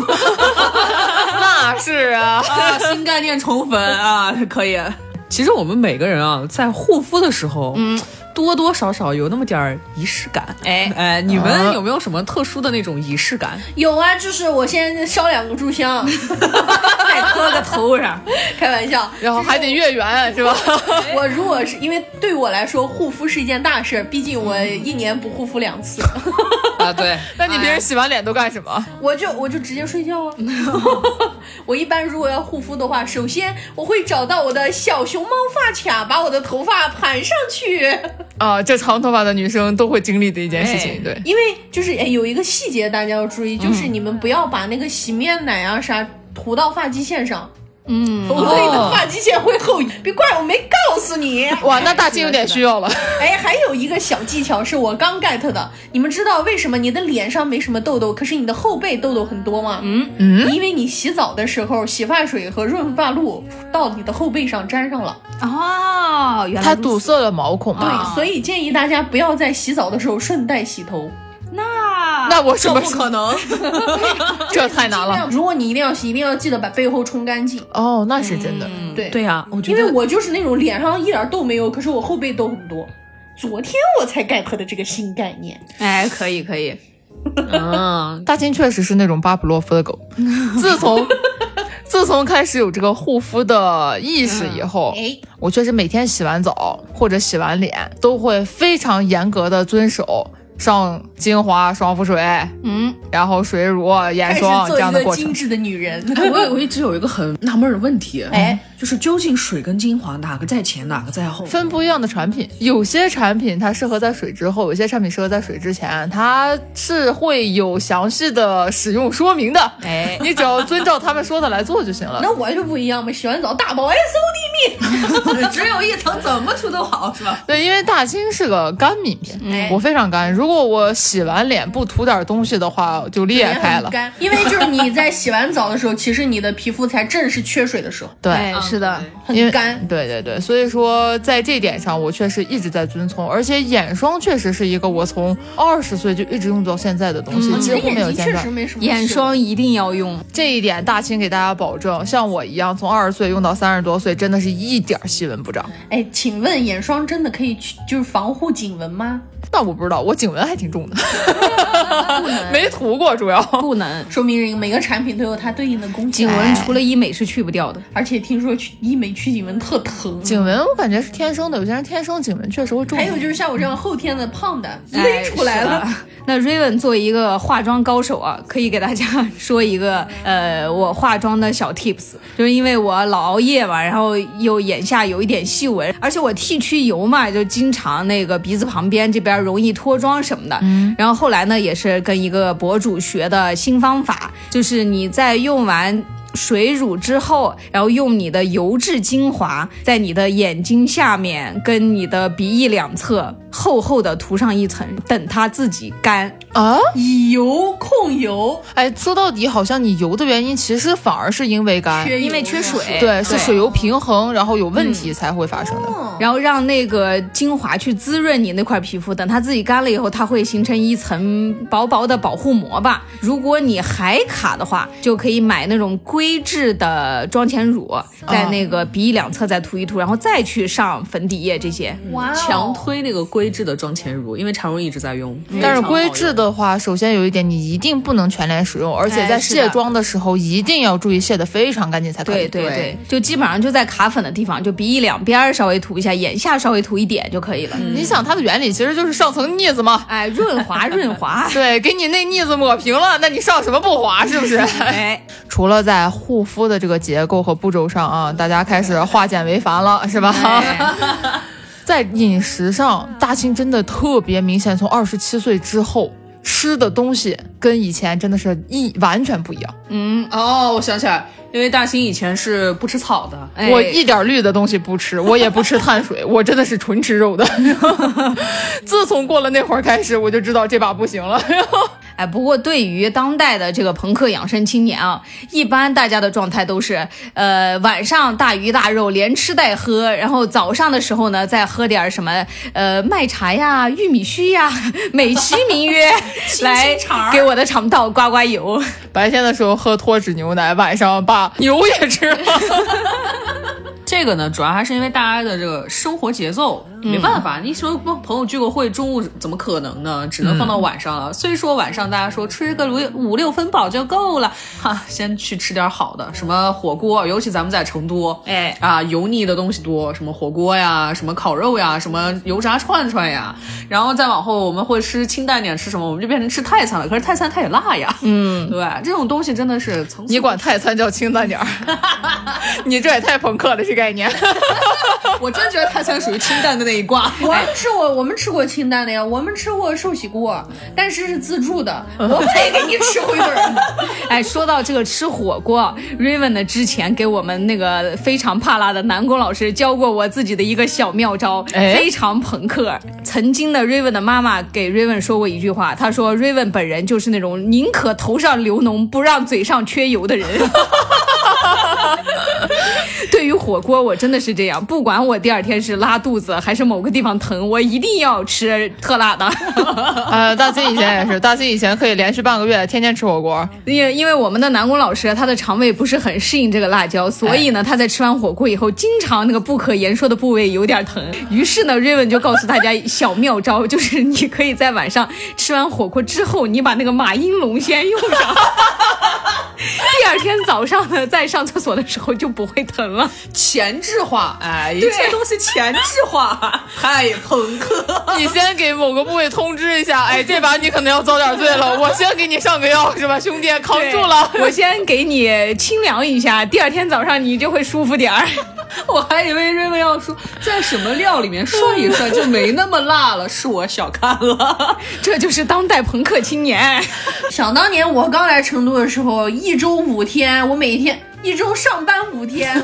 那是啊， 新概念宠粉啊，可以。 其实我们每个人啊，在护肤的时候，多多少少有那么点仪式感。你们有没有什么特殊的那种仪式感？ 有啊，就是我先烧2个炷香， 再磕个头上， 开玩笑， 然后还得月圆，是吧？ 我如果是因为对我来说护肤是一件大事，毕竟我1年不护肤2次。 对。 那你平时洗完脸都干什么？ 我就直接睡觉啊。我一般如果要护肤的话，首先我会找到我的小熊猫发卡，把我的头发盘上去。 这长头发的女生都会经历的一件事情。对， 因为就是有一个细节大家要注意，就是你们不要把那个洗面奶啊啥涂到发际线上。 否则你的发际线会后移。别怪我没告诉你。 哇，那大金有点需要了。 哎，还有一个小技巧是我刚 get 的，你们知道为什么你的脸上没什么痘痘，可是你的后背痘痘很多吗？因为你洗澡的时候洗发水和润发露到你的后背上沾上了。 哦，原来它堵塞了毛孔嘛。 对，所以建议大家不要在洗澡的时候顺带洗头。 那我什么不可能？ 这太难了。 如果你一定要洗，一定要记得把背后冲干净。 哦，那是真的。 对呀，我觉得因为我就是那种脸上一点痘没有，可是我后背痘很多。昨天我才 get 的这个新概念。 哎，可以。 大金确实是那种巴甫洛夫的狗。自从开始有这个护肤的意识以后，我确实每天洗完澡或者洗完脸都会非常严格的遵守上精华、爽肤水，然后水乳、眼霜这样的过程。 精致的女人。 我一直有一个很纳闷的问题，就是究竟水跟精华哪个在前，哪个在后？ 分不一样的产品，有些产品它适合在水之后，有些产品适合在水之前，它是会有详细的使用说明的。你只要遵照他们说的来做就行了。 那我就不一样嘛，洗完澡大宝 SOD 蜜，只有一层，怎么涂都好，是吧？ 对，因为大金是个干敏皮，我非常干。如果我洗完脸不涂点东西的话，就裂开了。 因为就是你在洗完澡的时候，其实你的皮肤才正是缺水的时候。 对， 是的， 很干。 对，所以说在这点上我确实一直在遵从，而且眼霜确实是一个我从20岁就一直用到现在的东西，几乎没有间断。 眼霜一定要用， 这一点大清给大家保证，像我一样从20岁用到30多岁，真的是一点细纹不长。 哎，请问眼霜真的可以就是防护颈纹吗？ 那我不知道，我颈纹还挺重的，没涂过，主要不能。 说明每个产品都有它对应的功效。 颈纹除了医美是去不掉的， 而且听说医美去颈纹特疼。 颈纹我感觉是天生的，有些人天生颈纹确实会重。 还有就是像我这样后天的胖的勒出来了。 那 Raven 作为一个化妆高手啊，可以给大家说一个我化妆的小 tips， 就是因为我老熬夜嘛，然后又眼下有一点细纹，而且我剃须油嘛，就经常那个鼻子旁边这边容易脱妆什么的。然后后来呢，也是跟一个博主学的新方法，就是你在用完水乳之后，然后用你的油质精华在你的眼睛下面跟你的鼻翼两侧厚厚的涂上一层，等它自己干啊， 以油控油。 哎，说到底好像你油的原因其实反而是因为干， 因为缺水。 对，是水油平衡然后有问题才会发生的。 然后让那个精华去滋润你那块皮肤，等它自己干了以后，它会形成一层薄薄的保护膜吧。如果你还卡的话，就可以买那种硅质的妆前乳，在那个鼻翼两侧再涂一涂，然后再去上粉底液这些。 哇， 强推那个硅质的妆前乳，因为常荣一直在用。 但是硅质的话，首先有一点，你一定不能全脸使用，而且在卸妆的时候一定要注意卸得非常干净才可以。 对，就基本上就在卡粉的地方，就鼻翼两边稍微涂一下，眼下稍微涂一点就可以了。 你想它的原理其实就是上层腻子嘛， 哎，润滑。 对，给你那腻子抹平了，那你上什么不滑，是不是？ 哎， 除了在护肤的这个结构和步骤上啊，大家开始化简为繁了，是吧？在饮食上，大清真的特别明显，从27岁之后吃的东西跟以前真的是完全不一样。 我想起来，因为大清以前是不吃草的， 我一点绿的东西不吃，我也不吃碳水，我真的是纯吃肉的。自从过了那会儿开始，我就知道这把不行了。 哎，不过对于当代的这个朋克养生青年啊，一般大家的状态都是，晚上大鱼大肉连吃带喝，然后早上的时候呢，再喝点什么麦茶呀、玉米须呀，美其名曰来给我的肠道刮刮油。 白天的时候喝脱脂牛奶，晚上把牛也吃了。 这个呢，主要还是因为大家的这个生活节奏没办法。你说朋友聚个会，中午怎么可能呢？只能放到晚上了。虽说晚上大家说吃个5-6分饱就够了，先去吃点好的，什么火锅，尤其咱们在成都，油腻的东西多，什么火锅呀，什么烤肉呀，什么油炸串串呀，然后再往后我们会吃清淡点，吃什么？我们就变成吃泰餐了。可是泰餐它也辣呀，对，这种东西真的是层次。 你管泰餐叫清淡点你这也太朋克了，这概念。 我真觉得泰餐属于清淡的那一挂。 我们吃过清淡的呀，我们吃过寿喜锅，但是是自助的，我不得给你吃回本儿。 哎，说到这个吃火锅 ，Raven 呢之前给我们那个非常怕辣的南宫老师教过我自己的一个小妙招，非常朋克。曾经的 Raven 的妈妈给 Raven 说过一句话，她说 Raven 本人就是那种宁可头上流脓不让嘴上缺油的人。对于火锅我真的是这样，不管我第二天是拉肚子还是某个地方疼，我一定要吃特辣的。 大金以前也是，大金以前可以连续半个月天天吃火锅， 因为我们的南宫老师他的肠胃不是很适应这个辣椒，所以呢他在吃完火锅以后经常那个不可言说的部位有点疼。于是呢 Raven 就告诉大家小妙招，就是你可以在晚上吃完火锅之后，你把那个马应龙先用上。第二天早上呢，在上厕所的时候就不会疼了。 前置化，哎，一切东西前置化，太朋克。 你先给某个部位通知一下，哎，这把你可能要遭点罪了，我先给你上个药是吧，兄弟，扛住了。 我先给你清凉一下，第二天早上你就会舒服点儿。 我还以为瑞文要说在什么料里面涮一涮就没那么辣了，是我小看了。 这就是当代朋克青年。 想当年我刚来成都的时候，1周5天，我每天1周上班5天。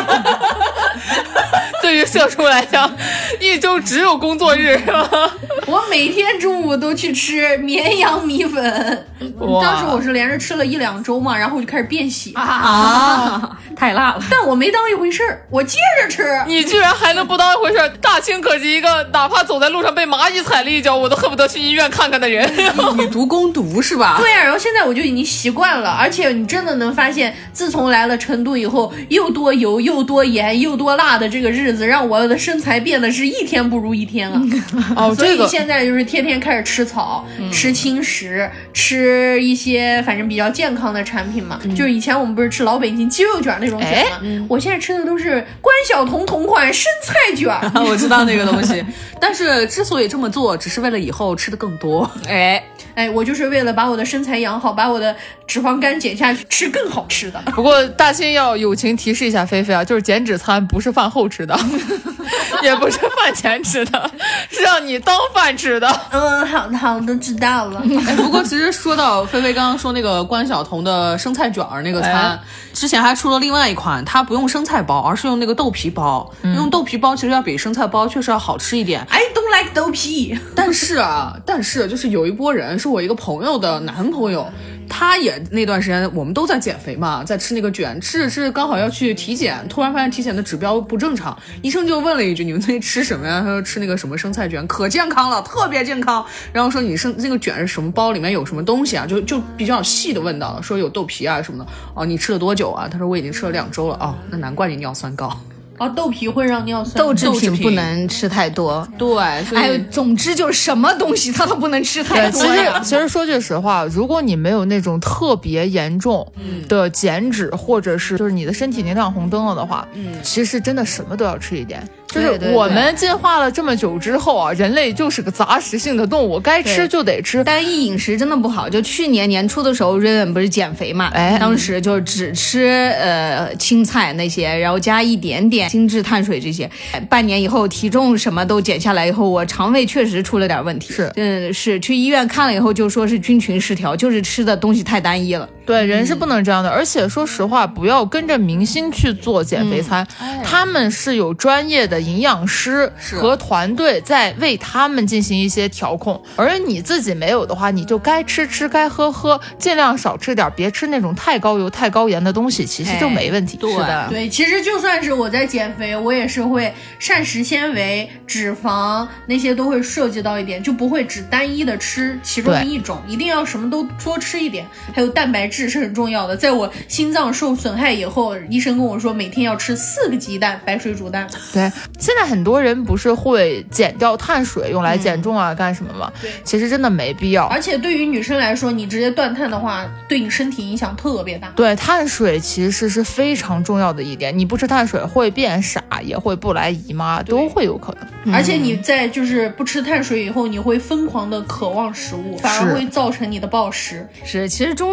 对于社畜来讲，1周只有工作日。 我每天中午都去吃绵阳米粉，当时我是连着吃了1、2周嘛，然后我就开始便血太辣了。 但我没当一回事儿，我接着吃。 你居然还能不当一回事儿？大清可是一个哪怕走在路上被蚂蚁踩了一脚，我都恨不得去医院看看的人。 以毒攻毒是吧？ 对啊，然后现在我就已经习惯了，而且你真的能发现，自从来了成都以后，又多油又多盐又多辣的这个日子，让我的身材变得是一天不如一天啊。所以现在就是天天开始吃草，吃轻食，吃一些反正比较健康的产品嘛。就是以前我们不是吃老北京鸡肉卷那种卷吗？我现在吃的都是关晓彤同款生菜卷。 我知道那个东西，但是之所以这么做，只是为了以后吃的更多。 我就是为了把我的身材养好，把我的脂肪肝减下去，吃更好吃的。 不过大清要友情提示一下菲菲啊，就是减脂餐不是饭后吃的，也不是饭前吃的，是让你当饭吃的。 好的，知道了。 不过其实说到菲菲刚刚说那个关晓彤的生菜卷那个餐，之前还出了另外一款，它不用生菜包，而是用那个豆皮包。用豆皮包其实要比生菜包确实要好吃一点。 I don't like 豆皮。 但是就是有一波人，是我一个朋友的男朋友，他也那段时间我们都在减肥嘛，在吃那个卷，吃着刚好要去体检，突然发现体检的指标不正常，医生就问了一句，你们最近吃什么呀？他说吃那个什么生菜卷，可健康了，特别健康。然后说你那个卷是什么包，里面有什么东西啊？就比较细的问到了，说有豆皮啊什么的。哦，你吃了多久啊？他说我已经吃了2周了。哦，那难怪你尿酸高。 豆皮会让尿酸， 豆制品不能吃太多。 对， 总之就是什么东西它都不能吃太多呀。 其实说句实话，如果你没有那种特别严重的减脂，或者是就是你的身体已经亮红灯了的话，其实真的什么都要吃一点。就是我们进化了这么久之后啊，人类就是个杂食性的动物，该吃就得吃。 单一饮食真的不好。就去年年初的时候，Raven不是减肥嘛，当时就只吃青菜那些，然后加一点点精致碳水这些。半年以后，体重什么都减下来以后，我肠胃确实出了点问题。是去医院看了以后，就说是菌群失调，就是吃的东西太单一了。 对，人是不能这样的。而且说实话，不要跟着明星去做减肥餐，他们是有专业的营养师和团队在为他们进行一些调控，而你自己没有的话，你就该吃吃，该喝喝，尽量少吃点，别吃那种太高油太高盐的东西，其实就没问题。 对，其实就算是我在减肥，我也是会膳食纤维、脂肪那些都会涉及到一点，就不会只单一的吃其中一种，一定要什么都多吃一点。还有蛋白质是很重要的，在我心脏受损害以后，医生跟我说每天要吃4个鸡蛋，白水煮蛋。 对，现在很多人不是会减掉碳水用来减重啊，干什么吗？其实真的没必要。 而且对于女生来说，你直接断碳的话，对你身体影响特别大。 对，碳水其实是非常重要的一点，你不吃碳水会变傻，也会不来姨妈，都会有可能。 而且你在就是不吃碳水以后，你会疯狂的渴望食物，反而会造成你的暴食。 其实中餐已经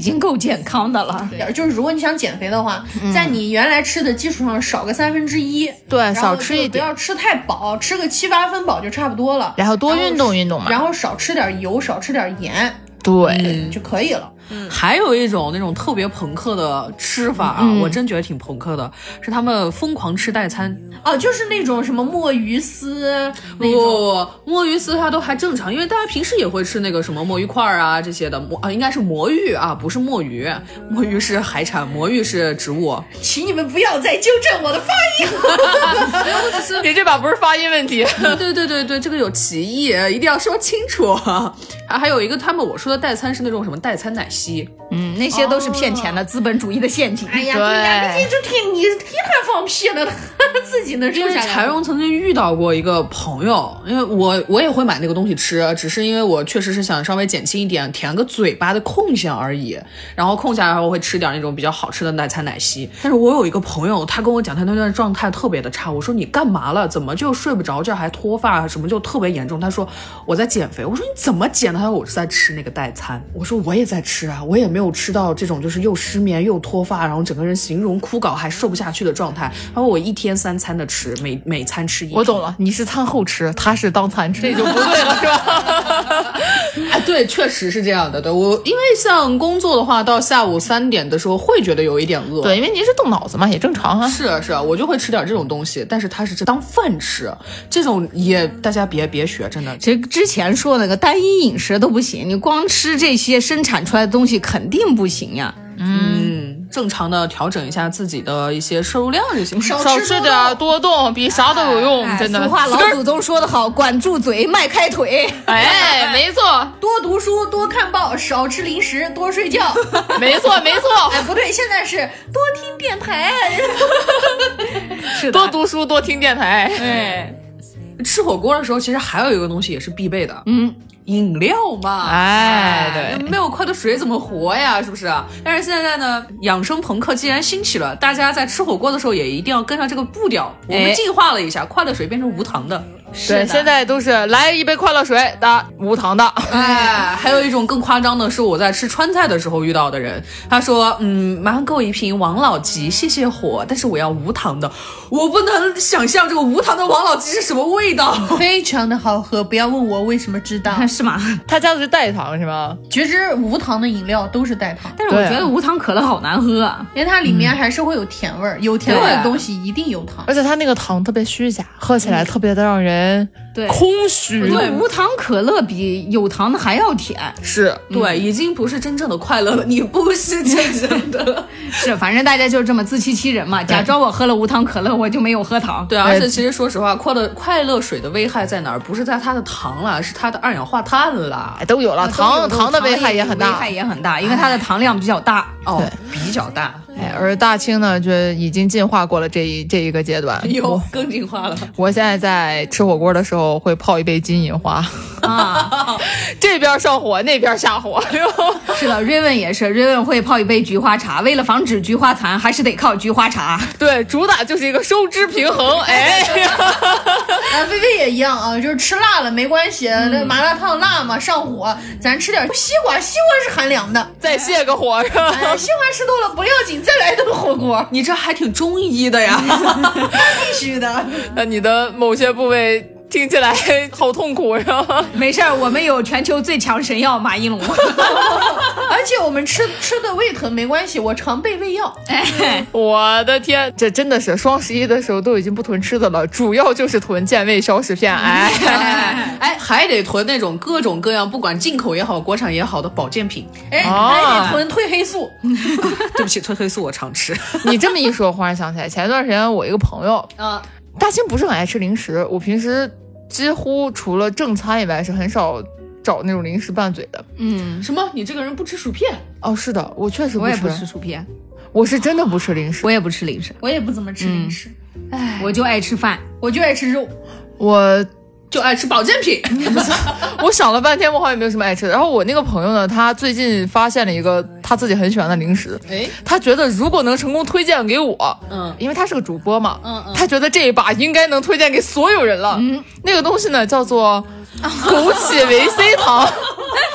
经够健康的了。 就是如果你想减肥的话，在你原来吃的基础上少个1/3， 对，少吃一点， 不要吃太饱，吃个7、8分饱就差不多了。 然后多运动运动嘛， 然后少吃点油，少吃点盐， 对， 就可以了。 还有一种那种特别朋克的吃法啊，我真觉得挺朋克的，是他们疯狂吃代餐。 就是那种什么墨鱼丝那种。 墨鱼丝它都还正常，因为大家平时也会吃那个什么墨鱼块啊这些的，应该是魔芋啊，不是墨鱼，墨鱼是海产，魔芋是植物。 请你们不要再纠正我的发音。 我只是你这把不是发音问题。 对，这个有歧义，一定要说清楚。还有一个我说的代餐是那种什么代餐奶昔， 那些都是骗钱的，资本主义的陷阱。 哎呀，对呀，你就听他放屁了，他自己能吃下来。 柴荣曾经遇到过一个朋友，因为我也会买那个东西吃，只是因为我确实是想稍微减轻一点，填个嘴巴的空隙而已。然后空下来我会吃点那种比较好吃的代餐奶昔。但是我有一个朋友，他跟我讲他那段状态特别的差，我说你干嘛了？怎么就睡不着觉还脱发，什么就特别严重？他说我在减肥。我说你怎么减的？他说我是在吃那个代餐。我说我也在吃啊，我也没有吃到这种就是又失眠又脱发，然后整个人形容枯槁还瘦不下去的状态。然后我1天3餐的吃，每餐吃一。 我懂了，你是餐后吃，他是当餐吃，这就不对了，是吧？ 对，确实是这样的。对，我因为像工作的话，到下午3点的时候会觉得有一点饿。 对，因为您是动脑子嘛，也正常啊。 是，我就会吃点这种东西，但是他是当饭吃，这种也大家别学，真的。 其实之前说那个单一饮食都不行，你光吃这些生产出来的东西肯定不行呀。 正常的调整一下自己的一些摄入量就行， 少吃点多动，比啥都有用，真的。 俗话老祖宗说得好，管住嘴，迈开腿。 没错， 多读书，多看报，少吃零食，多睡觉。 没错。 不对，现在是多听电台。 是的， 多读书，多听电台。 吃火锅的时候，其实还有一个东西也是必备的，饮料嘛， 对， 没有快乐水怎么活呀？是不是？但是现在呢，养生朋克既然兴起了，大家在吃火锅的时候也一定要跟上这个步调。我们进化了一下，快乐水变成无糖的。 对，现在都是来一杯快乐水的无糖的。 还有一种更夸张的是我在吃川菜的时候遇到的人，他说麻烦给我一瓶王老吉，谢谢火，但是我要无糖的。我不能想象这个无糖的王老吉是什么味道， 非常的好喝，不要问我为什么知道。 是吗？ 他家的是代糖是吗？ 其实无糖的饮料都是代糖， 但是我觉得无糖可乐好难喝啊， 因为它里面还是会有甜味儿，有甜味儿的东西一定有糖， 而且它那个糖特别虚假，喝起来特别的让人空虚。 对，无糖可乐比有糖的还要甜。 是， 对，已经不是真正的快乐了，你不是真正的。 是，反正大家就这么自欺欺人嘛，假装我喝了无糖可乐，我就没有喝糖。 对，而且其实说实话，快乐水的危害在哪儿？不是在它的糖啦，是它的二氧化碳啦， 都有了。糖的危害也很大， 危害也很大，因为它的糖量比较大。 比较大。 而大清呢，就已经进化过了这一个阶段， 更进化了。 我现在在吃火锅的时候会泡一杯金银花这边上火，那边下火。 是的，瑞文也是，瑞文会泡一杯菊花茶，为了防止菊花残，还是得靠菊花茶。 对，主打就是一个收支平衡。 菲菲也一样啊，就是吃辣了没关系，那麻辣烫辣嘛，上火，咱吃点西瓜，西瓜是寒凉的， 再泄个火是吧？ 西瓜吃多了不要紧，再来顿火锅。 你这还挺中医的呀。 必须的。 那你的某些部位听起来好痛苦呀。 没事儿，我们有全球最强神药马应龙。 而且我们吃的胃疼没关系，我常备胃药。 我的天，这真的是双11的时候都已经不囤吃的了，主要就是囤健胃消食片。 还得囤那种各种各样，不管进口也好，国产也好的保健品。 还得囤褪黑素。 对不起，褪黑素我常吃。 你这么一说，忽然想起来，前段时间我一个朋友大清不是很爱吃零食，我平时几乎除了正餐以外是很少找那种零食拌嘴的。 什么？你这个人不吃薯片？ 是的，我确实不吃。 我也不吃薯片， 我是真的不吃零食。 我也不吃零食， 我也不怎么吃零食。 我就爱吃饭， 我就爱吃肉， 我就爱吃保健品。 我想了半天，我好像也没有什么爱吃的。然后我那个朋友呢，他最近发现了一个他自己很喜欢的零食，他觉得如果能成功推荐给我，因为他是个主播嘛，他觉得这一把应该能推荐给所有人了。那个东西呢叫做枸杞维 C 糖。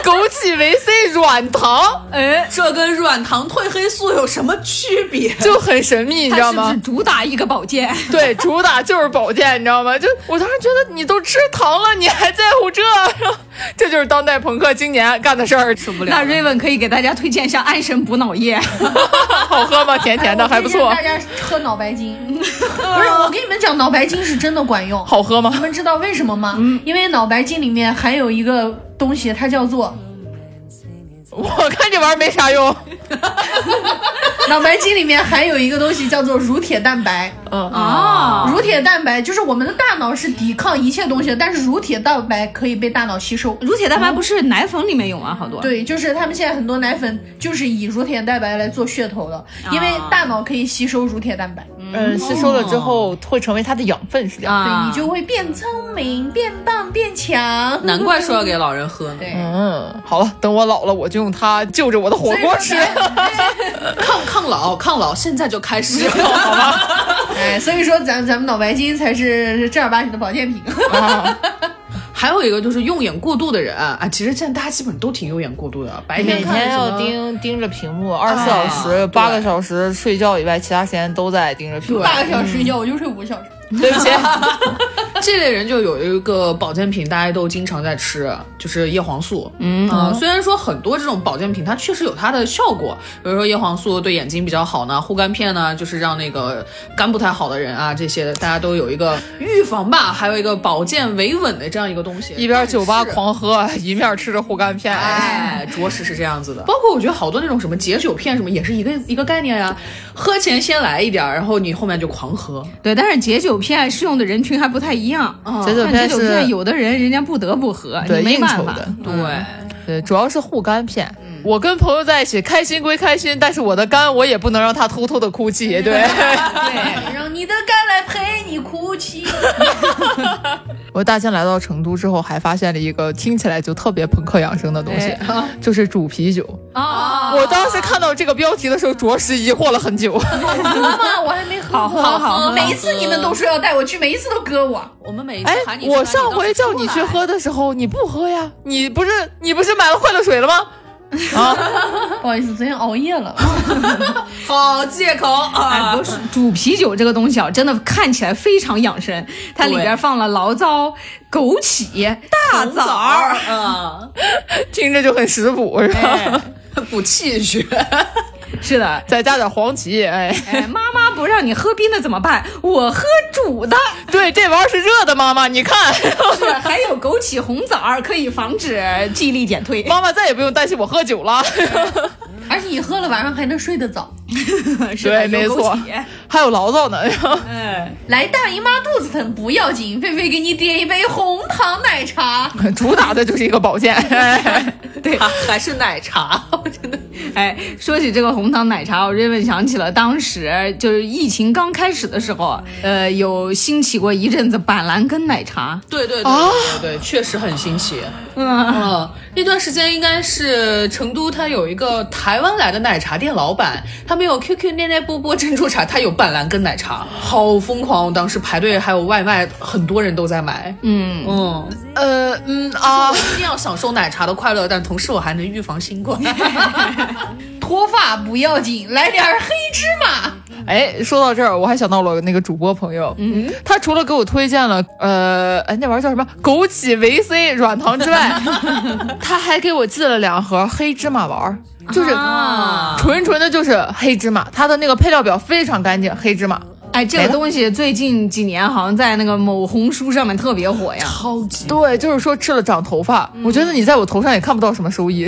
枸杞维 C 软糖， 这跟软糖褪黑素有什么区别？ 就很神秘，你知道吗？ 它是不是主打一个保健？ 对，主打就是保健，你知道吗？就我当时觉得你都吃糖了，你还在乎这就是当代朋克今年干的事儿，受不了。 那 Raven 可以给大家推荐一下安神补脑液， 好喝吗？甜甜的，还不错。 大家喝脑白金，不是我跟你们讲，脑白金是真的管用。 好喝吗？ 你们知道为什么吗？因为脑白金里面含有一个东西，它叫做。 我看这玩意儿没啥用。 脑白金里面含有一个东西叫做乳铁蛋白。乳铁蛋白就是我们的大脑是抵抗一切东西的，但是乳铁蛋白可以被大脑吸收。 乳铁蛋白不是奶粉里面有吗？好多。 对，就是他们现在很多奶粉就是以乳铁蛋白来做噱头的，因为大脑可以吸收乳铁蛋白。 吸收了之后会成为它的养分，是这样。 对，你就会变聪明、变棒、变强。 难怪说要给老人喝呢。 对， 好了，等我老了，我就用它就着我的火锅吃。 抗老，现在就开始，好吧？ 所以说咱们脑白金才是正儿八经的保健品。 还有一个就是用眼过度的人啊，其实现在大家基本都挺用眼过度的，白天看每天要盯着屏幕24小时，8个小时睡觉以外，其他时间都在盯着屏幕。 8个小时睡觉，我就睡5小时。 对不起。 这类人就有一个保健品，大家都经常在吃，就是叶黄素。虽然说很多这种保健品它确实有它的效果，比如说叶黄素对眼睛比较好呢，护肝片呢就是让那个肝不太好的人啊，这些大家都有一个预防吧，还有一个保健维稳的这样一个东西。 一边酒吧狂喝，一面吃着护肝片， 着实是这样子的。包括我觉得好多那种什么解酒片什么也是一个概念呀，喝前先来一点，然后你后面就狂喝。 对，但是解酒片适用的人群还不太一样。 解酒片是有的人家不得不喝， 对， 你没办法的。对，主要是护肝片。我跟朋友在一起开心归开心，但是我的肝我也不能让他偷偷的哭泣。对， 让你的肝来陪你哭泣。 我大仙来到成都之后，还发现了一个听起来就特别朋克养生的东西，就是煮啤酒。我当时看到这个标题的时候，着实疑惑了很久。 喝吗？我还没喝。好，每一次你们都说要带我去，每一次都割我。 我们每一次喊你， 我上回叫你去喝的时候，你不喝呀？你不是买了快乐水了吗？ 不好意思，昨天熬夜了。 好借口啊！ 不是煮啤酒这个东西啊，真的看起来非常养生，它里边放了醪糟、枸杞、大枣， 听着就很食补，是吧？ 补气血。 是的， 再加点黄芪。 妈妈不让你喝冰的怎么办？我喝煮的。 对，这玩意儿是热的，妈妈你看。 是，还有枸杞、红枣可以防止记忆力减退。 妈妈再也不用担心我喝酒了。 而且你喝了晚上还能睡得早。 对，没错，还有醪糟呢。 来大姨妈肚子疼不要紧，菲菲给你点一杯红糖奶茶。 主打的就是一个保健。 对，还是奶茶，我真的。 说起这个红糖奶茶，我认为想起了当时就是疫情刚开始的时候，有兴起过一阵子板蓝根奶茶。 对，确实很新奇。那段时间应该是成都，它有一个台湾来的奶茶店老板，他没有 QQ 奶奶波波珍珠茶，他有板蓝根奶茶，好疯狂！当时排队还有外卖，很多人都在买。我一定要享受奶茶的快乐，但同时我还能预防新冠。 脱发不要紧，来点黑芝麻。 说到这儿，我还想到了那个主播朋友，他除了给我推荐了那玩意儿叫什么枸杞维 C 软糖之外，他还给我寄了2盒黑芝麻丸，就是纯的就是黑芝麻，它的那个配料表非常干净，黑芝麻。 这个东西最近几年好像在那个某红书上面特别火呀， 超级对，就是说吃了长头发。我觉得你在我头上也看不到什么收益，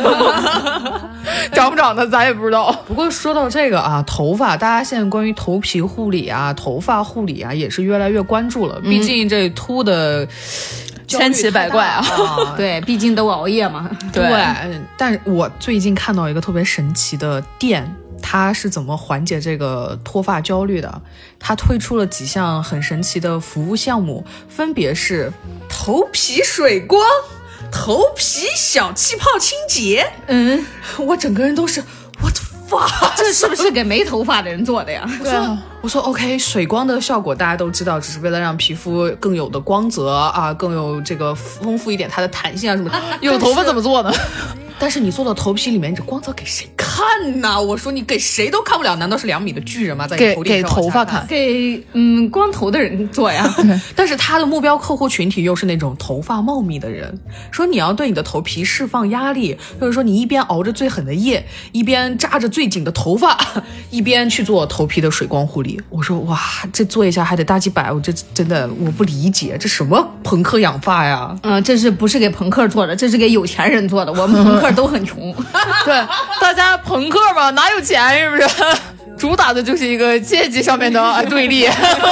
长不长的咱也不知道。 不过说到这个啊，头发，大家现在关于头皮护理啊、头发护理啊，也是越来越关注了。毕竟这秃的千奇百怪啊， 对，毕竟都熬夜嘛。 对，但是我最近看到一个特别神奇的店。它是怎么缓解这个脱发焦虑的？它推出了几项很神奇的服务项目，分别是头皮水光、头皮小气泡清洁。我整个人都是 what the 发， 这是不是给没头发的人做的呀？ 我说 OK， 水光的效果大家都知道，只是为了让皮肤更有的光泽啊，更有这个丰富一点它的弹性啊什么的。 有头发怎么做呢？ 但是你做到头皮里面，你这光泽给谁看呢？我说你给谁都看不了，难道是2米的巨人吗？在你头顶上给头发看， 给光头的人做呀。 但是他的目标客户群体又是那种头发茂密的人，说你要对你的头皮释放压力，就是说你一边熬着最狠的夜，一边扎着最紧的头发，一边去做头皮的水光护理。我说哇，这做一下还得大几百，我这真的我不理解，这什么朋克养发呀？ 这是不是给朋克做的？这是给有钱人做的。我们朋克都很穷。 对，大家朋克嘛，哪有钱是不是？主打的就是一个阶级上面的对立。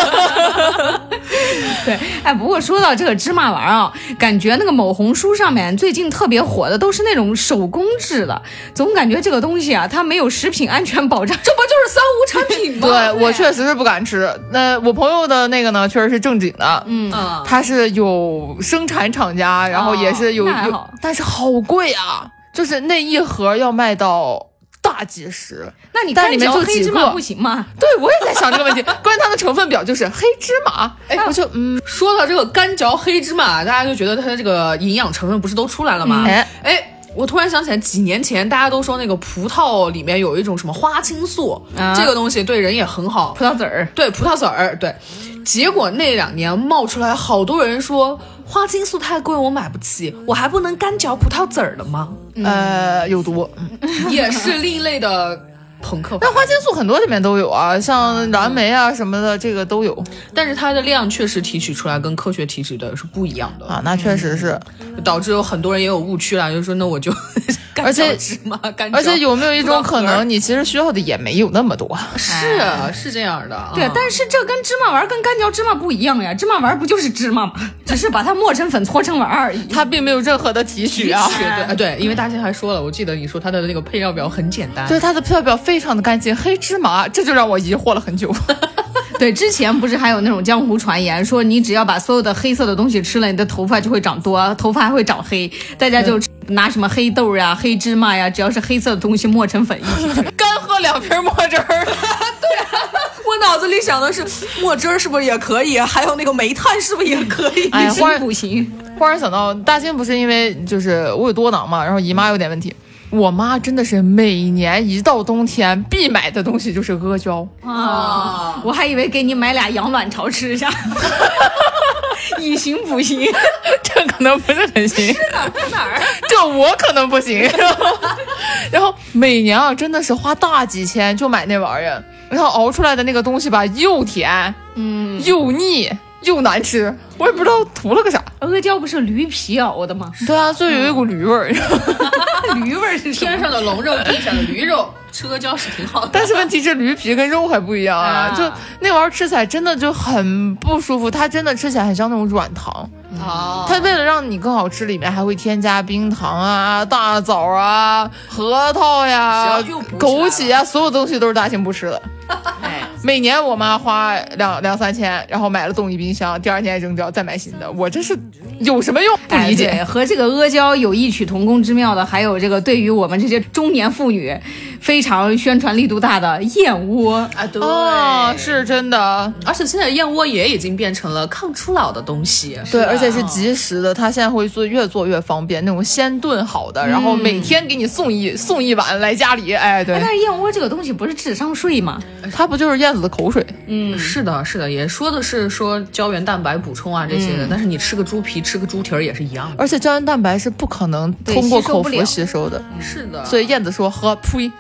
对，哎，不过说到这个芝麻丸啊，感觉那个某红书上面最近特别火的都是那种手工制的，总感觉这个东西啊，它没有食品安全保障， 这不就是三无产品吗？ 对，我确实是不敢吃。那我朋友的那个呢，确实是正经的，它是有生产厂家，然后也是有，但是好贵啊，就是那一盒要卖到大几十， 那你干嚼黑芝麻不行吗？ 对，我也在想这个问题。关键它的成分表就是黑芝麻， 哎，我就说到这个干嚼黑芝麻，大家就觉得它的这个营养成分不是都出来了吗？我突然想起来，几年前大家都说那个葡萄里面有一种什么花青素，这个东西对人也很好。 葡萄籽儿， 对，葡萄籽儿，对。结果那2年冒出来好多人说花青素太贵，我买不起，我还不能干嚼葡萄籽儿的吗？ 有毒， 也是另一类的朋克。 那花青素很多里面都有啊，像蓝莓啊什么的，这个都有。 但是它的量确实提取出来跟科学提取的是不一样的啊，那确实是， 导致有很多人也有误区啦，就是说那我就干嚼芝麻， 而且有没有一种可能，你其实需要的也没有那么多？ 是这样的。 对，但是这跟芝麻丸跟干嚼芝麻不一样呀，芝麻丸不就是芝麻吗？只是把它磨成粉搓成丸而已， 它并没有任何的提取啊。 对，因为大家还说了，我记得你说它的那个配料表很简单， 对，它的配料表非常的干净，黑芝麻，这就让我疑惑了很久。 对，之前不是还有那种江湖传言说，你只要把所有的黑色的东西吃了，你的头发就会长多，头发还会长黑。大家就拿什么黑豆呀、黑芝麻呀，只要是黑色的东西磨成粉一起， 干喝2瓶墨汁儿。 对，我脑子里想的是墨汁儿是不是也可以？还有那个煤炭是不是也可以？ 不行。 忽然想到，大金不是因为就是我有多囊嘛，然后姨妈有点问题。我妈真的是每年一到冬天必买的东西就是阿胶啊！我还以为给你买俩羊卵巢吃一下，以形补形， 这可能不是很行。 吃哪儿？ 这我可能不行。然后每年啊，真的是花大几千就买那玩意儿，然后熬出来的那个东西吧，又甜，又腻。又难吃，我也不知道涂了个啥。 阿胶不是驴皮熬的吗？ 对啊，就有一股驴味儿。 驴味儿是天上的龙肉，地上的驴肉，吃阿胶是挺好的。 但是问题是驴皮跟肉还不一样啊，就那玩意儿吃起来真的就很不舒服，它真的吃起来很像那种软糖。它为了让你更好吃，里面还会添加冰糖啊、大枣啊、核桃呀、枸杞啊，所有东西都是大兴不吃的。每年我妈花2-3千，然后买了冻一冰箱，第2年扔掉，再买新的。我这是有什么用？不理解。 和这个阿胶有异曲同工之妙的，还有这个对于我们这些中年妇女非常宣传力度大的燕窝啊，对， 是真的。 而且现在燕窝也已经变成了抗初老的东西， 对，而且是即食的。它现在会越做越方便，那种先炖好的，然后每天给你送一碗来家里。哎，对。 但是燕窝这个东西不是智商税吗？ 它不就是燕子的口水？ 是的，也说的是说胶原蛋白补充啊这些的，但是你吃个猪皮吃个猪蹄儿也是一样的， 而且胶原蛋白是不可能通过口服吸收的。 是的， 所以燕子说喝呸。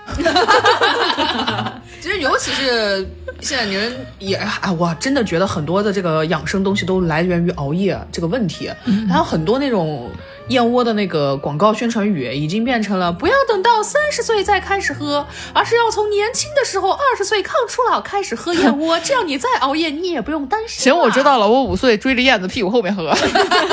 其实尤其是现在人也我真的觉得很多的这个养生东西都来源于熬夜这个问题，还有很多那种燕窝的那个广告宣传语已经变成了不要等到30岁再开始喝，而是要从年轻的时候20岁抗初老开始喝燕窝，这样你再熬夜你也不用担心。 行，我知道了，我5岁追着燕子屁股后面喝。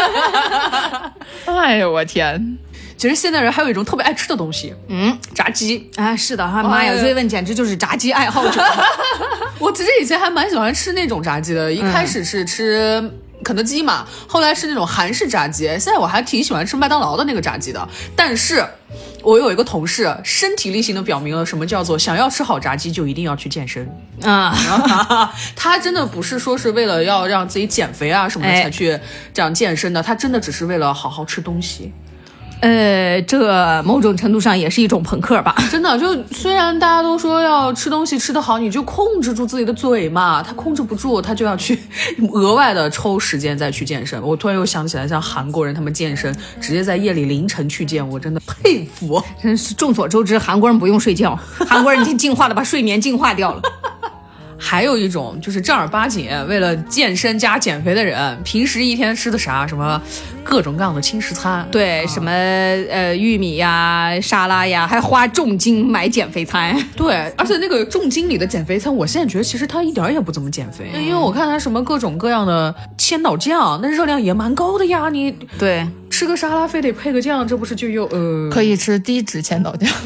哎呦我天！ 其实现代人还有一种特别爱吃的东西，炸鸡啊，是的哈，妈呀，追问简直就是炸鸡爱好者。 我其实以前还蛮喜欢吃那种炸鸡的，一开始是吃肯德基嘛，后来是那种韩式炸鸡，现在我还挺喜欢吃麦当劳的那个炸鸡的。但是我有一个同事身体力行的表明了什么叫做想要吃好炸鸡就一定要去健身啊。他真的不是说是为了要让自己减肥啊什么的才去这样健身的，他真的只是为了好好吃东西。 这某种程度上也是一种朋克吧。 真的，就虽然大家都说要吃东西吃得好，你就控制住自己的嘴嘛，他控制不住，他就要去额外的抽时间再去健身。我突然又想起来，像韩国人他们健身直接在夜里凌晨去健，我真的佩服。 真是众所周知，韩国人不用睡觉，韩国人已经进化的把睡眠进化掉了。 还有一种就是正儿八经为了健身加减肥的人，平时一天吃的啥什么各种各样的轻食餐， 对，什么玉米呀、沙拉呀，还花重金买减肥餐。 对，而且那个重金里的减肥餐，我现在觉得其实它一点也不怎么减肥，因为我看它什么各种各样的千岛酱，那热量也蛮高的呀。你对吃个沙拉非得配个酱，这不是就又可以吃低脂千岛酱。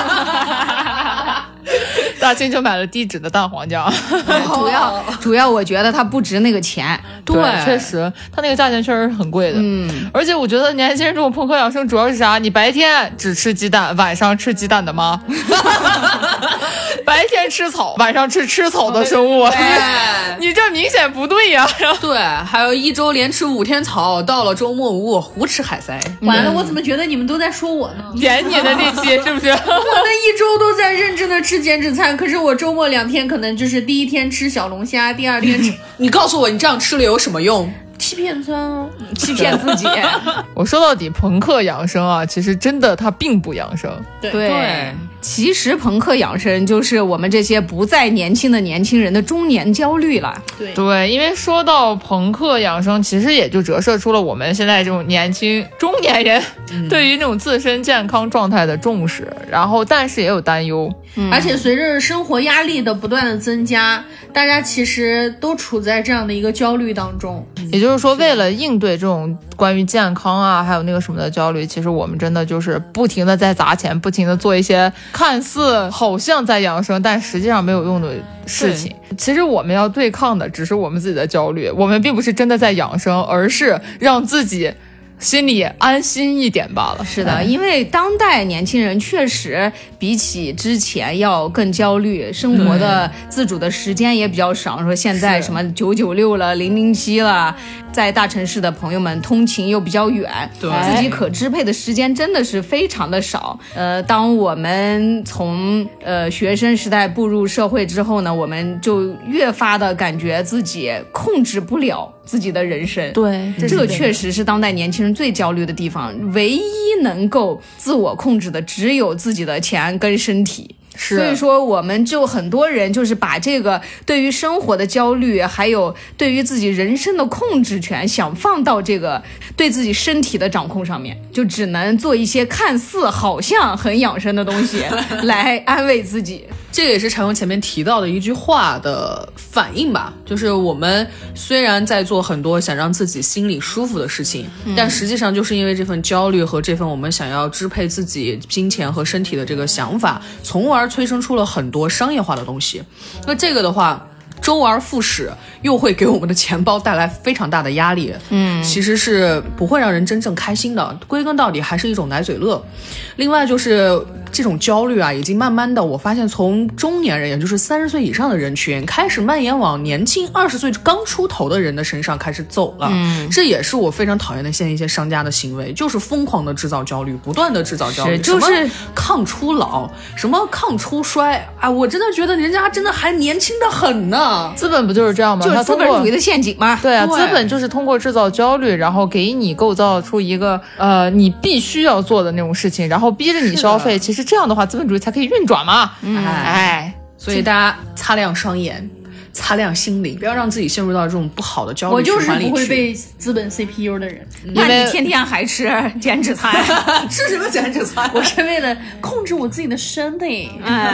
大清就买了低脂的蛋黄酱。 主要我觉得它不值那个钱。 对，确实它那个价钱确实很贵的。而且我觉得年轻人这种朋克养生主要是啥？你白天只吃鸡蛋，晚上吃鸡蛋的妈。白天吃草，晚上吃草的生物。你这明显不对呀。 对，还有一周连吃5天草，到了周末胡吃海塞。 完了，我怎么觉得你们都在说我呢？ 点你的这期是不是？ 我那一周都在认真的吃减脂餐，可是我周末2天可能就是第1天吃小龙虾，第2天吃。 你告诉我，你这样吃了有什么用？ 欺骗餐哦， 欺骗自己。 我说到底，朋克养生啊，其实真的它并不养生。 对，其实朋克养生就是我们这些不再年轻的年轻人的中年焦虑了。 对，因为说到朋克养生，其实也就折射出了我们现在这种年轻中年人对于那种自身健康状态的重视，然后但是也有担忧。 而且随着生活压力的不断的增加，大家其实都处在这样的一个焦虑当中。 也就是说，为了应对这种关于健康啊，还有那个什么的焦虑，其实我们真的就是不停的在砸钱，不停的做一些看似好像在养生，但实际上没有用的事情。其实我们要对抗的只是我们自己的焦虑，我们并不是真的在养生，而是让自己心里安心一点罢了。 是的，因为当代年轻人确实比起之前要更焦虑，生活的自主的时间也比较少。说现在什么996了、007了，在大城市的朋友们通勤又比较远，自己可支配的时间真的是非常的少。当我们从学生时代步入社会之后呢，我们就越发的感觉自己控制不了自己的人生。 对， 这确实是当代年轻人最焦虑的地方。唯一能够自我控制的只有自己的钱跟身体。所以说我们就很多人就是把这个对于生活的焦虑，还有对于自己人生的控制权想放到这个对自己身体的掌控上面，就只能做一些看似好像很养生的东西来安慰自己。 这个也是常用前面提到的一句话的反应吧，就是我们虽然在做很多想让自己心里舒服的事情，但实际上就是因为这份焦虑和这份我们想要支配自己金钱和身体的这个想法，从而催生出了很多商业化的东西。那这个的话周而复始，又会给我们的钱包带来非常大的压力，其实是不会让人真正开心的，归根到底还是一种奶嘴乐。另外就是这种焦虑啊，已经慢慢的我发现从中年人，也就是30岁以上的人群开始蔓延往年轻20岁刚出头的人的身上开始走了。这也是我非常讨厌的现在一些商家的行为，就是疯狂的制造焦虑，不断的制造焦虑， 就是什么抗初老，什么抗初衰，哎，我真的觉得人家真的还年轻的很呢。 资本不就是这样吗？ 就是资本主义的陷阱嘛。 对啊，资本就是通过制造焦虑，然后给你构造出一个你必须要做的那种事情，然后逼着你消费。其实这样的话，资本主义才可以运转嘛。 所以大家擦亮双眼，擦亮心灵，不要让自己陷入到这种不好的焦虑循环里去。 我就是不会被资本 CPU 的人。 那你天天还吃减脂餐？ 吃什么减脂餐？ 我是为了控制我自己的身体，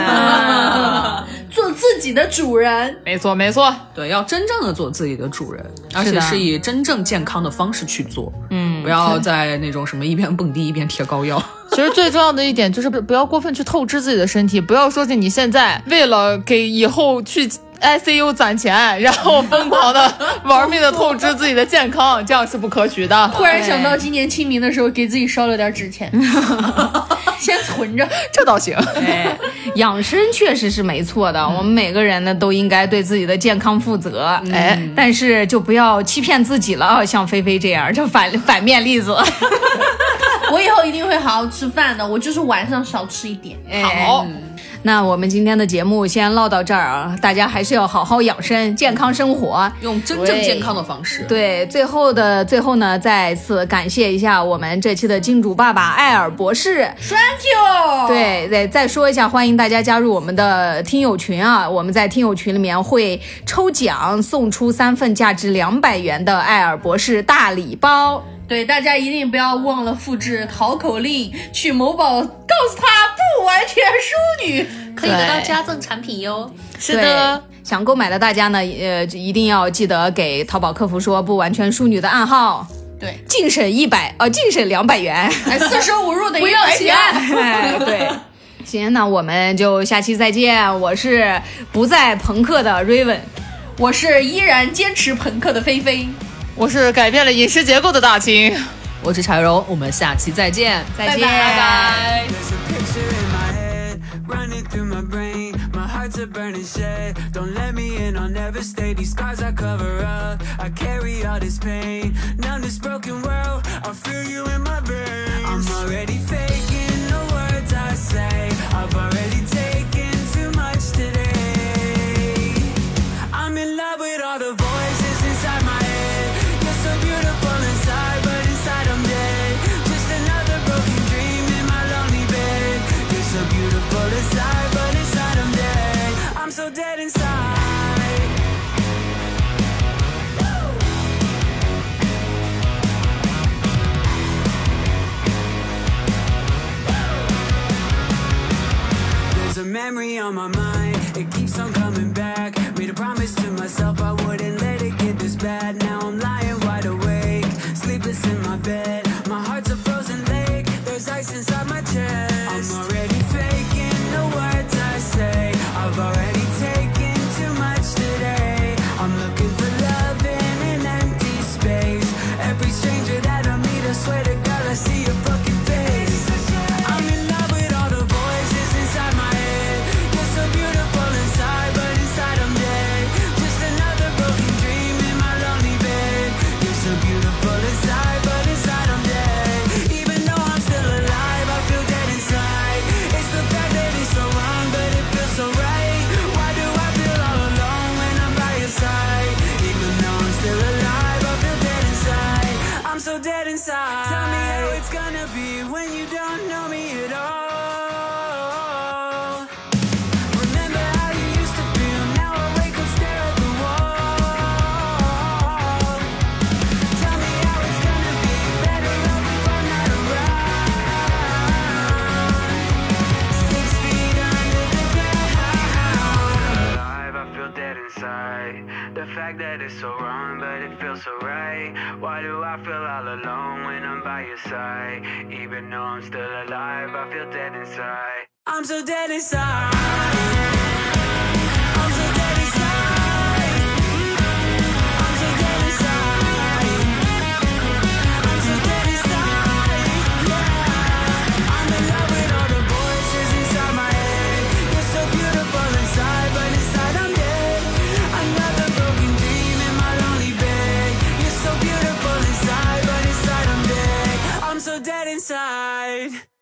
做自己的主人。 没错没错， 对，要真正的做自己的主人，而且是以真正健康的方式去做。不要在那种什么一边蹦迪一边贴膏药。 其实最重要的一点就是不要过分去透支自己的身体，不要说是你现在为了给以后去ICU 攒钱，然后疯狂的玩命的透支自己的健康，这样是不可取的。 忽然想到今年清明的时候给自己烧了点纸钱。 先存着， 这倒行。 养生确实是没错的，我们每个人呢都应该对自己的健康负责。但是就不要欺骗自己了，像菲菲这样这反面例子。 我以后一定会好好吃饭的，我就是晚上少吃一点。 好。那我们今天的节目先唠到这儿啊，大家还是要好好养生，健康生活， 用真正健康的方式。 对，最后呢，再次感谢一下我们这期的金主爸爸艾尔博士 ，Thank you。 对，再说一下，欢迎大家加入我们的听友群啊，我们在听友群里面会抽奖送出3份价值200元的艾尔博士大礼包。 对，大家一定不要忘了复制淘口令，去某宝告诉他不完全淑女， 可以得到加赠产品哟。 是的，想购买的大家呢，一定要记得给淘宝客服说不完全淑女的暗号。 对， 净省200元 ，45入等于不要钱。 对。行，那我们就下期再见。我是不再朋克的 Raven， 我是依然坚持朋克的菲菲。 我是改变了饮食结构的大秦， 我是柴荣，我们下期再见， 再见， 拜拜。 Running through my brain, my heart's a burning shade. Don't let me in, I'll never stay. These scars I cover up, I carry all this pain. Now this broken world, I feel you in my veins. I'm already faking the words I say. I've already taken too much today. I'm in love with all the voices inside my head. You're so beautiful inside, but inside I'm dead. Just another broken dream in my lonely bed. You're so beautiful inside, but inside I'm dead. I'm so dead inside. There's a memory on my mind, it keeps on coming back. Made a promise to myself I wouldn't let it get this bad. Now I'm lying wide awake, sleepless in my bed. My heart's a frozen lake, there's ice inside my chest. I'm already faking the words I say. I've already taken too much today. I'm looking for love in an empty space. Every stranger that I meet, I swear to God I see your fucking face. I'm in love with all the voices inside my head. You're so beautiful inside, but inside I'm dead. Just another broken dream in my lonely bed. You're so beautiful inside, but inside I'm dead. Even though I'm still alive, I feel dead inside. It's the fact that it's so wrong, but it feels so right. Why do I feel all alone when I'm by your side? Even though I'm still alive, I feel dead inside. I'm so dead inside. Tell me how it's gonna be when you don't know me at all. Remember how you used to feel, now I wake up, stare at the wall. Tell me how it's gonna be, better off if I'm not around. 6 feet under the ground. Alive, I feel dead inside. The fact that it's so wrong, but it feels so right. Why do I feel all alone when I'm by your side? Even though I'm still alive, I feel dead inside. I'm so dead inside. I'm so dead inside. I'm so dead inside. I'm so dead inside. Yeah. I'm in love with all the voices inside my head. You're so beautiful inside, but inside I'm dead. Another broken dream in my lonely bed. You're so beautiful inside, but inside I'm dead. I'm so dead inside.